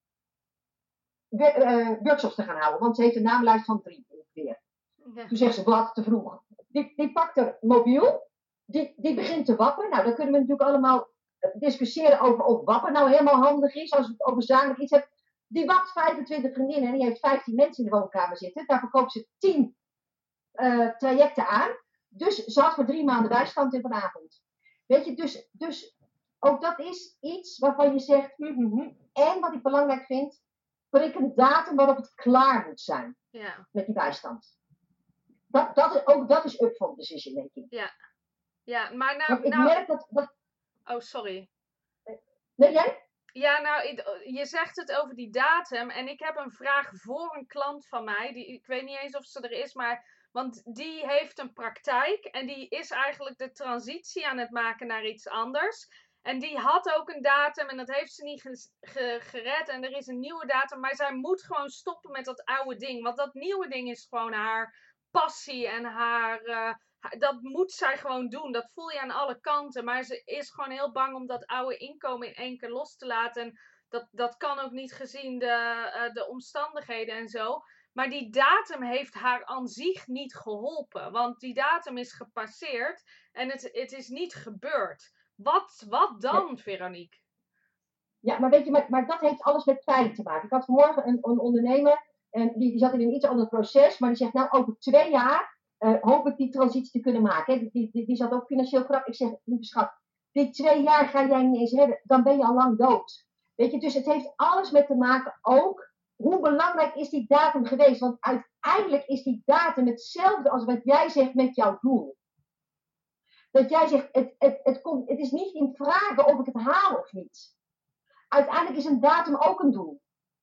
we, uh, workshops te gaan houden. Want ze heeft een naamlijst van drie ongeveer. Ja. Toen zegt ze, wat, te vroeg. Die, die pakt haar mobiel, die, die begint te wappen. Nou, dan kunnen we natuurlijk allemaal discussiëren over of wappen nou helemaal handig is. Als we het over zakelijk iets hebben. Die wapt vijfentwintig vriendinnen en die heeft vijftien mensen in de woonkamer zitten. Daar verkoopt ze tien uh, trajecten aan. Dus ze had voor drie maanden bijstand in vanavond. Weet je, dus, dus ook dat is iets waarvan je zegt, hm, hm, hm. En wat ik belangrijk vind, prik een datum waarop het klaar moet zijn. Ja. Met die bijstand. Dat, dat is, ook dat is upfront decision making. Ja. Ja, maar nou... Want ik nou... merk dat, dat... Oh, sorry. Nee, jij? Ja, nou, je zegt het over die datum. En ik heb een vraag voor een klant van mij. Die, ik weet niet eens of ze er is, maar... Want die heeft een praktijk. En die is eigenlijk de transitie aan het maken naar iets anders. En die had ook een datum. En dat heeft ze niet ge, ge, gered. En er is een nieuwe datum. Maar zij moet gewoon stoppen met dat oude ding. Want dat nieuwe ding is gewoon haar passie. En haar... Uh, dat moet zij gewoon doen. Dat voel je aan alle kanten. Maar ze is gewoon heel bang om dat oude inkomen in één keer los te laten. En dat, dat kan ook niet gezien de, uh, de omstandigheden en zo. Maar die datum heeft haar aan zich niet geholpen. Want die datum is gepasseerd. En het, het is niet gebeurd. Wat, wat dan, ja. Veronique? Ja, maar weet je, maar, maar dat heeft alles met tijd te maken. Ik had vanmorgen een, een ondernemer. En die, die zat in een iets ander proces. Maar die zegt, nou, over twee jaar... Uh, hoop ik die transitie te kunnen maken. Hè. Die, die, die zat ook financieel krap. Ik zeg, lieve schat, die twee jaar ga jij niet eens redden. Dan ben je al lang dood. Weet je, dus het heeft alles met te maken ook. Hoe belangrijk is die datum geweest? Want uiteindelijk is die datum hetzelfde als wat jij zegt met jouw doel. dat jij zegt, het, het, het, komt, het is niet in vragen of ik het haal of niet. Uiteindelijk is een datum ook een doel.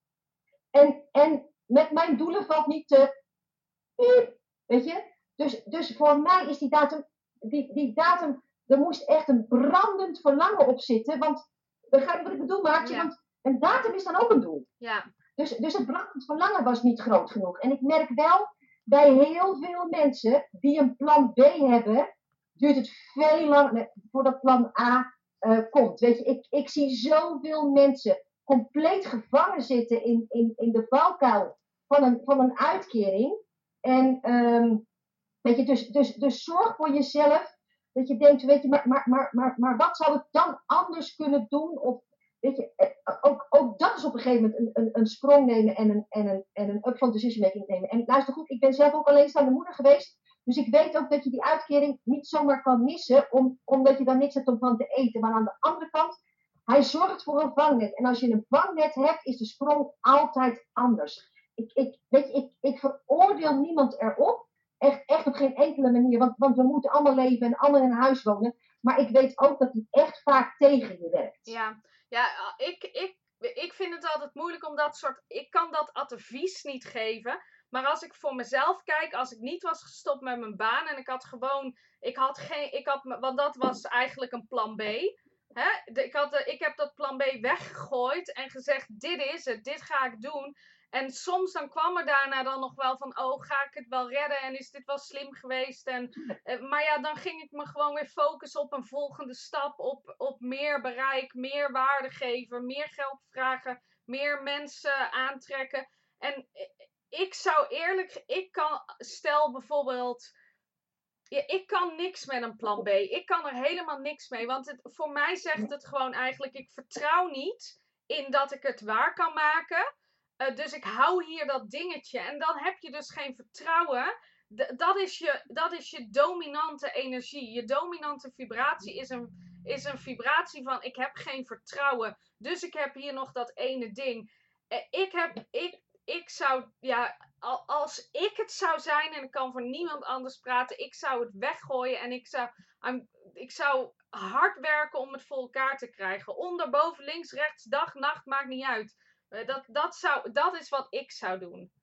En, en met mijn doelen valt niet te... Weet je? Dus, dus voor mij is die datum... Die, die datum, er moest echt een brandend verlangen op zitten. Want, begrijp je wat ik bedoel, Maartje? Ja. Want een datum is dan ook een doel. Ja. Dus, dus het brandend verlangen was niet groot genoeg. En ik merk wel, bij heel veel mensen die een plan B hebben, duurt het veel langer voordat plan A uh, komt. Weet je, ik, ik zie zoveel mensen compleet gevangen zitten in, in, in de valkuil van een, van een uitkering. En um, weet je, dus, dus, dus zorg voor jezelf. Dat je denkt, weet je, maar, maar, maar, maar, maar wat zou ik dan anders kunnen doen? Of, weet je, ook, ook dat is op een gegeven moment een, een, een sprong nemen en een, en een, en een upfront decision making nemen. En luister goed, ik ben zelf ook alleenstaande moeder geweest. Dus ik weet ook dat je die uitkering niet zomaar kan missen, om, omdat je dan niks hebt om van te eten. Maar aan de andere kant, hij zorgt voor een vangnet. En als je een vangnet hebt, is de sprong altijd anders. Ik, ik, weet je, ik, ik veroordeel niemand erop. Echt, echt op geen enkele manier. Want, want we moeten allemaal leven en allemaal in een huis wonen. Maar ik weet ook dat die echt vaak tegen je werkt. Ja, ja ik, ik, ik vind het altijd moeilijk om dat soort... Ik kan dat advies niet geven. Maar als ik voor mezelf kijk, als ik niet was gestopt met mijn baan en ik had gewoon... Ik had geen... Ik had, want dat was eigenlijk een plan B. Hè? Ik, had, ik heb dat plan B weggegooid en gezegd, dit is het, dit ga ik doen. En soms dan kwam er daarna dan nog wel van, oh, ga ik het wel redden en is dit wel slim geweest? En, uh, maar ja, dan ging ik me gewoon weer focussen op een volgende stap, op, op meer bereik, meer waarde geven, meer geld vragen, meer mensen aantrekken. En ik zou eerlijk, ik kan, stel bijvoorbeeld... Ja, ik kan niks met een plan B. Ik kan er helemaal niks mee. Want het, voor mij zegt het gewoon eigenlijk... Ik vertrouw niet in dat ik het waar kan maken. Uh, dus ik hou hier dat dingetje. En dan heb je dus geen vertrouwen. D- dat, is je, dat is je dominante energie. Je dominante vibratie is een, is een vibratie van... Ik heb geen vertrouwen. Dus ik heb hier nog dat ene ding. Uh, ik heb... Ik, ik zou... Ja... Als ik het zou zijn en ik kan voor niemand anders praten, ik zou het weggooien en ik zou, um, ik zou hard werken om het voor elkaar te krijgen. Onder, boven, links, rechts, dag, nacht, maakt niet uit. Uh, dat, dat, zou, dat is wat ik zou doen.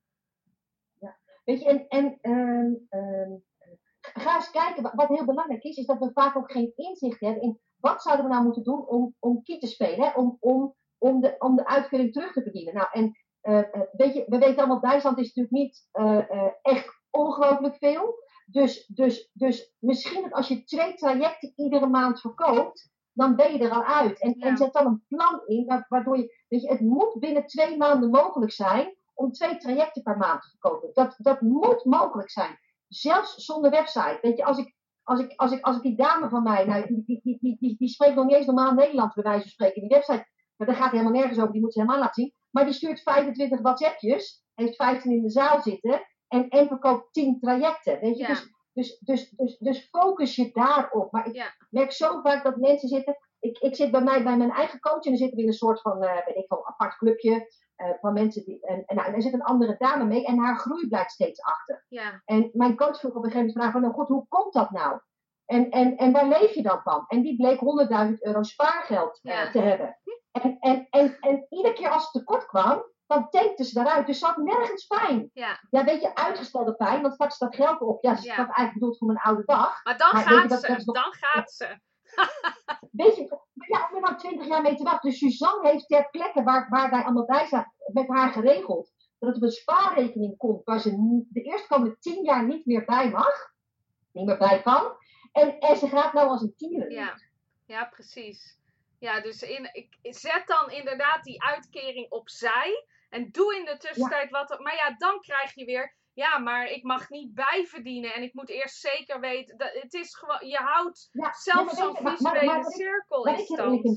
Ja, weet je, en, en um, um, ga eens kijken, wat, wat heel belangrijk is, is dat we vaak ook geen inzicht hebben in wat zouden we nou moeten doen om, om kiet te spelen, hè? Om, om, om, de, om de uitkering terug te verdienen. Nou, en Uh, uh, weet je, we weten allemaal, bijstand is natuurlijk niet uh, uh, echt ongelooflijk veel. Dus, dus, dus misschien dat als je twee trajecten iedere maand verkoopt, dan ben je er al uit. En, ja. en zet dan een plan in, waardoor je, weet je, het moet binnen twee maanden mogelijk zijn om twee trajecten per maand te verkopen. Dat, dat moet mogelijk zijn. Zelfs zonder website. Weet je, als ik, als ik, als ik, als ik die dame van mij, nou, die, die, die, die, die, die spreekt nog niet eens normaal Nederlands, bij wijze van spreken. Die website, daar gaat helemaal nergens over, die moet ze helemaal laten zien. Maar die stuurt vijfentwintig WhatsAppjes, heeft vijftien in de zaal zitten en, en verkoopt tien trajecten. Weet je? Ja. Dus, dus, dus, dus, dus focus je daarop. Maar ik ja. merk zo vaak dat mensen zitten. Ik, ik zit bij mij bij mijn eigen coach en dan zitten we in een soort van, uh, weet ik wel, apart clubje uh, van mensen. Die, en, en, nou, en er zit een andere dame mee en haar groei blijft steeds achter. Ja. En mijn coach vroeg op een gegeven moment vragen: nou goed, hoe komt dat nou? En, en, en waar leef je dan van? En die bleek honderdduizend euro spaargeld uh, ja. te hebben. En, en, en, en iedere keer als het tekort kwam, dan tankte ze daaruit. Dus ze had nergens pijn. Ja. ja, weet je, uitgestelde pijn, want straks staat geld op. Ja, ze ja. had eigenlijk bedoeld voor mijn oude dag. Maar dan maar, gaat je, dat, ze, dat nog... dan gaat ze. Weet je, ja, om er nou twintig jaar mee te wachten. Dus Suzanne heeft ter plekke waar, waar wij allemaal bij zaten, met haar geregeld, dat het op een spaarrekening komt, waar ze de eerstkomende tien jaar niet meer bij mag. Niet meer bij kan. En, en ze gaat nou als een tiener. Ja, ja precies. Ja, dus in, ik, zet dan inderdaad die uitkering opzij. En doe in de tussentijd ja. wat... Maar ja, dan krijg je weer... Ja, maar ik mag niet bijverdienen. En ik moet eerst zeker weten... Dat, het is gewoon... Je houdt ja, zelfs zo'n visuele cirkel in stand.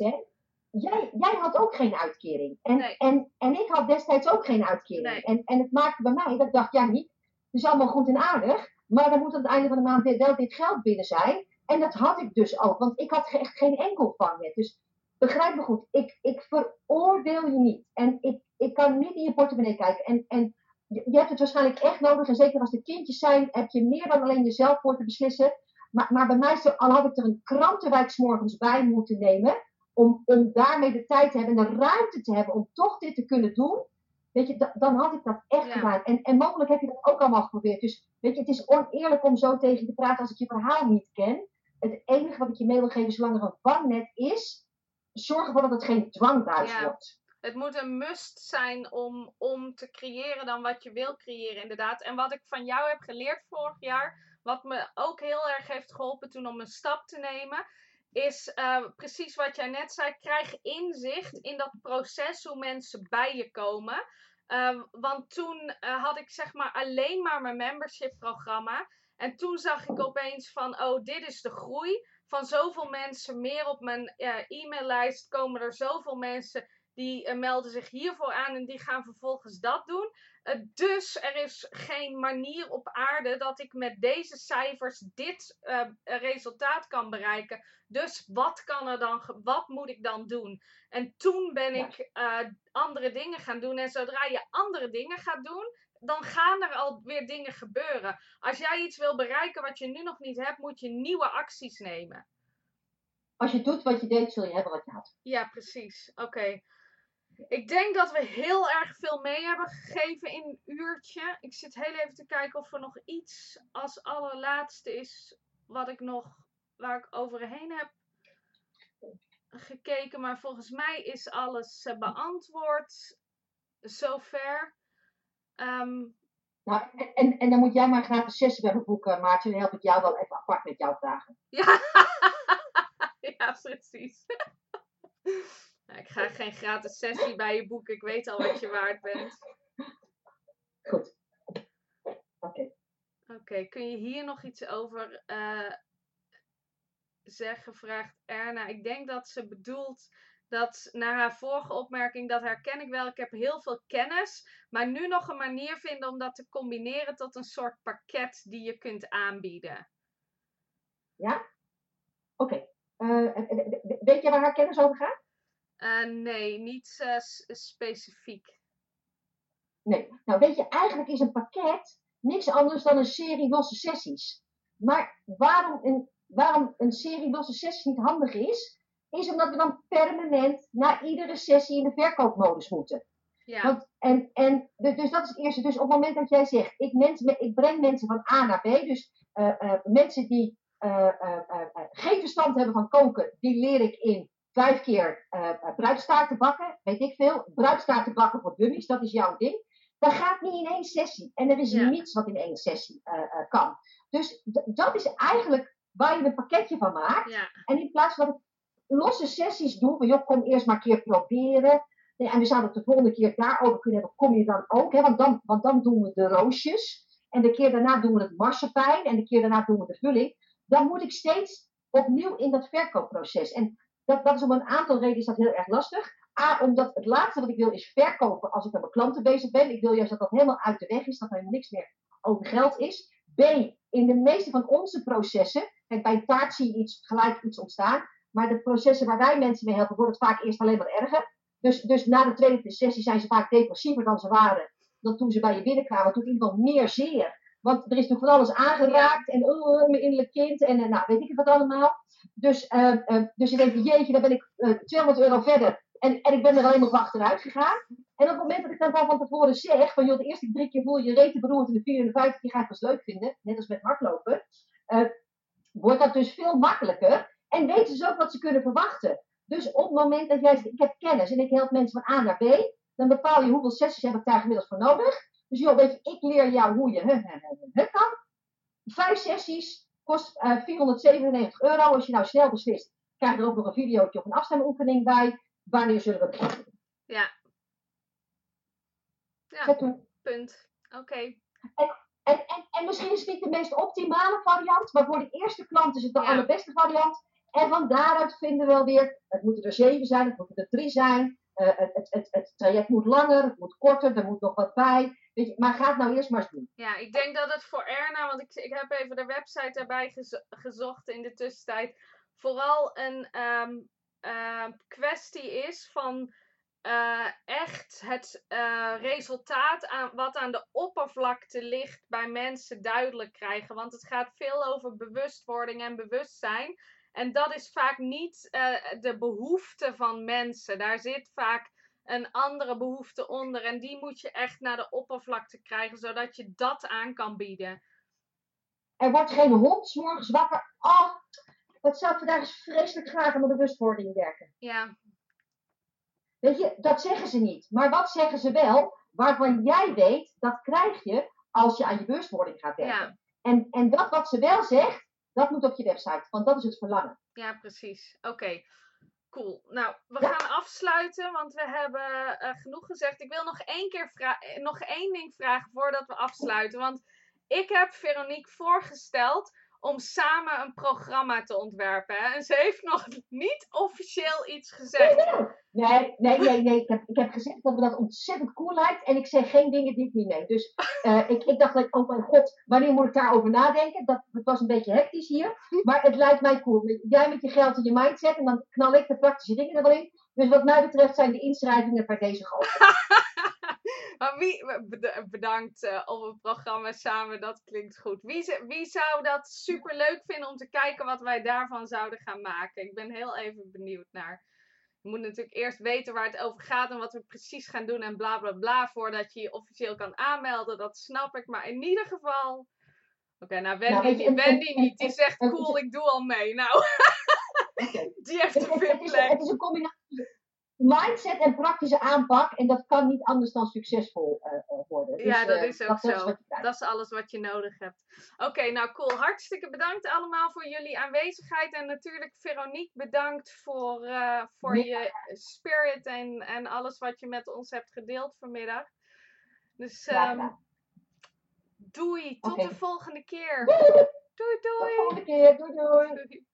Jij, jij had ook geen uitkering. En, nee. en, en ik had destijds ook geen uitkering. Nee. En, en het maakte bij mij... Dat ik dacht, ja niet. Het is allemaal goed en aardig. Maar dan moet aan het einde van de maand wel dit geld binnen zijn. En dat had ik dus ook. Want ik had echt geen enkel vangnet. Dus... Begrijp me goed, ik, ik veroordeel je niet. En ik, ik kan niet in je portemonnee kijken. En, en je, je hebt het waarschijnlijk echt nodig. En zeker als er kindjes zijn, heb je meer dan alleen jezelf voor te beslissen. Maar, maar bij mij, is er, al had ik er een krantenwijk 's morgens bij moeten nemen, om, om daarmee de tijd te hebben en de ruimte te hebben om toch dit te kunnen doen. Weet je, da, dan had ik dat echt Ja. gedaan. En, en mogelijk heb je dat ook allemaal geprobeerd. Dus weet je, het is oneerlijk om zo tegen je te praten als ik je verhaal niet ken. Het enige wat ik je mee wil geven, zolang er een vangnet is, zorg ervoor dat het geen dwangbuis Ja. wordt. Het moet een must zijn om, om te creëren dan wat je wil creëren, inderdaad. En wat ik van jou heb geleerd vorig jaar, wat me ook heel erg heeft geholpen toen om een stap te nemen, is uh, precies wat jij net zei. Krijg inzicht in dat proces, hoe mensen bij je komen. Uh, want toen uh, had ik zeg maar alleen maar mijn membership programma. En toen zag ik opeens van, oh, dit is de groei. Van zoveel mensen meer op mijn uh, e-maillijst komen er zoveel mensen die uh, melden zich hiervoor aan en die gaan vervolgens dat doen. Uh, dus er is geen manier op aarde dat ik met deze cijfers dit uh, resultaat kan bereiken. Dus wat kan er dan, wat moet ik dan doen? En toen ben Ja. ik uh, andere dingen gaan doen. En zodra je andere dingen gaat doen, dan gaan er alweer dingen gebeuren. Als jij iets wil bereiken wat je nu nog niet hebt, moet je nieuwe acties nemen. Als je doet wat je deed, zul je hebben wat je had. Ja, precies. Oké. Okay. Ik denk dat we heel erg veel mee hebben gegeven in een uurtje. Ik zit heel even te kijken of er nog iets als allerlaatste is wat ik nog, waar ik overheen heb gekeken. Maar volgens mij is alles uh, beantwoord. Zover. Um, Nou, en, en dan moet jij maar een gratis sessie bij me boeken, Maarten. Dan help ik jou wel even apart met jouw vragen. Ja, ja precies. Nou, ik ga geen gratis sessie bij je boeken. Ik weet al wat je waard bent. Goed. Oké. Okay. Oké, okay, kun je hier nog iets over uh, zeggen, vraagt Erna. Ik denk dat ze bedoelt dat, naar haar vorige opmerking, dat herken ik wel. Ik heb heel veel kennis, maar nu nog een manier vinden om dat te combineren tot een soort pakket die je kunt aanbieden. Ja? Oké. Okay. Uh, weet je waar haar kennis over gaat? Uh, nee, niet uh, specifiek. Nee. Nou, weet je, eigenlijk is een pakket niks anders dan een serie losse sessies. Maar waarom een, waarom een serie losse sessies niet handig is, is omdat we dan permanent na iedere sessie in de verkoopmodus moeten. Ja. Want, en, en, dus dat is het eerste. Dus op het moment dat jij zegt, ik, mensen, ik breng mensen van A naar B, dus uh, uh, mensen die uh, uh, uh, geen verstand hebben van koken, die leer ik in vijf keer uh, bruidstaarten bakken, weet ik veel. Bruidstaarten bakken voor dummies, dat is jouw ding. Dat gaat niet in één sessie. En er is ja. niets wat in één sessie uh, uh, kan. Dus d- dat is eigenlijk waar je een pakketje van maakt. Ja. En in plaats van dat ik losse sessies doe, van joh, kom eerst maar een keer proberen. En we zouden het de volgende keer daarover kunnen hebben, kom je dan ook. Hè? Want, dan, want dan doen we de roosjes. En de keer daarna doen we het marsepein. En de keer daarna doen we de vulling. Dan moet ik steeds opnieuw in dat verkoopproces. En dat, dat is om een aantal redenen is dat heel erg lastig. A, omdat het laatste wat ik wil is verkopen als ik met mijn klanten bezig ben. Ik wil juist dat dat helemaal uit de weg is. Dat er helemaal niks meer over geld is. B, in de meeste van onze processen. Kijk, bij een taart zie je iets, gelijk iets ontstaan. Maar de processen waar wij mensen mee helpen, wordt het vaak eerst alleen maar erger. Dus, dus na de tweede sessie zijn ze vaak depressiever dan ze waren. Dan toen ze bij je binnenkwamen. Toen in ieder geval meer zeer. Want er is toen van alles aangeraakt. En oh, mijn innerlijk kind. En uh, nou, weet ik het wat allemaal. Dus, uh, uh, dus je denkt, jeetje, dan ben ik uh, tweehonderd euro verder. En, en ik ben er alleen maar op achteruit gegaan. En op het moment dat ik dan van tevoren zeg. Van joh, de eerste drie keer voel je je rete beroerd. En de vierde en de vijfde keer ga ik het leuk vinden. Net als met hardlopen. Uh, wordt dat dus veel makkelijker. En weten ze ook wat ze kunnen verwachten. Dus op het moment dat jij zegt, ik heb kennis en ik help mensen van A naar B, dan bepaal je hoeveel sessies heb ik daar gemiddeld voor nodig. Dus joh, weet je, ik leer jou hoe je huh, huh, huh, huh, kan. Vijf sessies kost uh, vierhonderdzevenennegentig euro. Als je nou snel beslist, krijg je er ook nog een videootje of een afstemoefening bij. Wanneer zullen we beginnen? Ja. Ja, Zet toe. Punt. Oké. Okay. En, en, en, en misschien is het niet de meest optimale variant, maar voor de eerste klant is het de ja. allerbeste variant. En van daaruit vinden we wel weer, het moeten er zeven zijn, het moeten er drie zijn. Uh, het, het, het, het traject moet langer, het moet korter, er moet nog wat bij. Weet je, maar ga het nou eerst maar eens doen. Ja, ik denk dat het voor Erna, want ik, ik heb even de website erbij gezo- gezocht in de tussentijd, vooral een um, uh, kwestie is van uh, echt het uh, resultaat aan, wat aan de oppervlakte ligt bij mensen duidelijk krijgen. Want het gaat veel over bewustwording en bewustzijn. En dat is vaak niet uh, de behoefte van mensen. Daar zit vaak een andere behoefte onder. En die moet je echt naar de oppervlakte krijgen, zodat je dat aan kan bieden. Er wordt geen hond 's morgens wakker. Oh, wat zou ik vandaag eens vreselijk graag aan mijn bewustwording werken. Ja. Weet je, dat zeggen ze niet. Maar wat zeggen ze wel? Waarvan jij weet, dat krijg je als je aan je bewustwording gaat werken. Ja. En, en dat wat ze wel zegt, dat moet op je website. Want dat is het verlangen. Ja, precies. Oké. Okay. Cool. Nou, we ja? gaan afsluiten, want we hebben uh, genoeg gezegd. Ik wil nog één keer vra- nog één ding vragen voordat we afsluiten. Want ik heb Veronique voorgesteld om samen een programma te ontwerpen. Hè? En ze heeft nog niet officieel iets gezegd. Nee, nee, nee, nee. Ik heb, ik heb gezegd dat me dat ontzettend cool lijkt. En ik zeg geen dingen die ik niet neem. Dus uh, ik, ik dacht, oh mijn god, wanneer moet ik daarover nadenken? Dat, het was een beetje hectisch hier. Maar het lijkt mij cool. Jij met je geld en je mindset. En dan knal ik de praktische dingen er wel in. Dus wat mij betreft zijn de inschrijvingen bij deze groot. Maar wie, bedankt uh, op het programma samen, dat klinkt goed. Wie, wie zou dat super leuk vinden om te kijken wat wij daarvan zouden gaan maken? Ik ben heel even benieuwd naar. Je moet natuurlijk eerst weten waar het over gaat en wat we precies gaan doen en bla bla bla voordat je je officieel kan aanmelden. Dat snap ik, maar in ieder geval. Oké, okay, nou Wendy, nou, je, Wendy en, en, niet, die zegt en, cool, en, ik doe al mee. Nou, okay. Die heeft een VIP-plek. Het is een combinatie. Mindset en praktische aanpak. En dat kan niet anders dan succesvol uh, worden. Dus, ja, dat is ook uh, dat, zo. Dat is, dat is alles wat je nodig hebt. Oké, okay, nou cool. Hartstikke bedankt allemaal voor jullie aanwezigheid. En natuurlijk Veronique bedankt voor, uh, voor ja. je spirit en, en alles wat je met ons hebt gedeeld vanmiddag. Dus um, doei. Tot okay. de volgende keer. Doei. Doei doei. Tot de volgende keer. Doei doei. doei.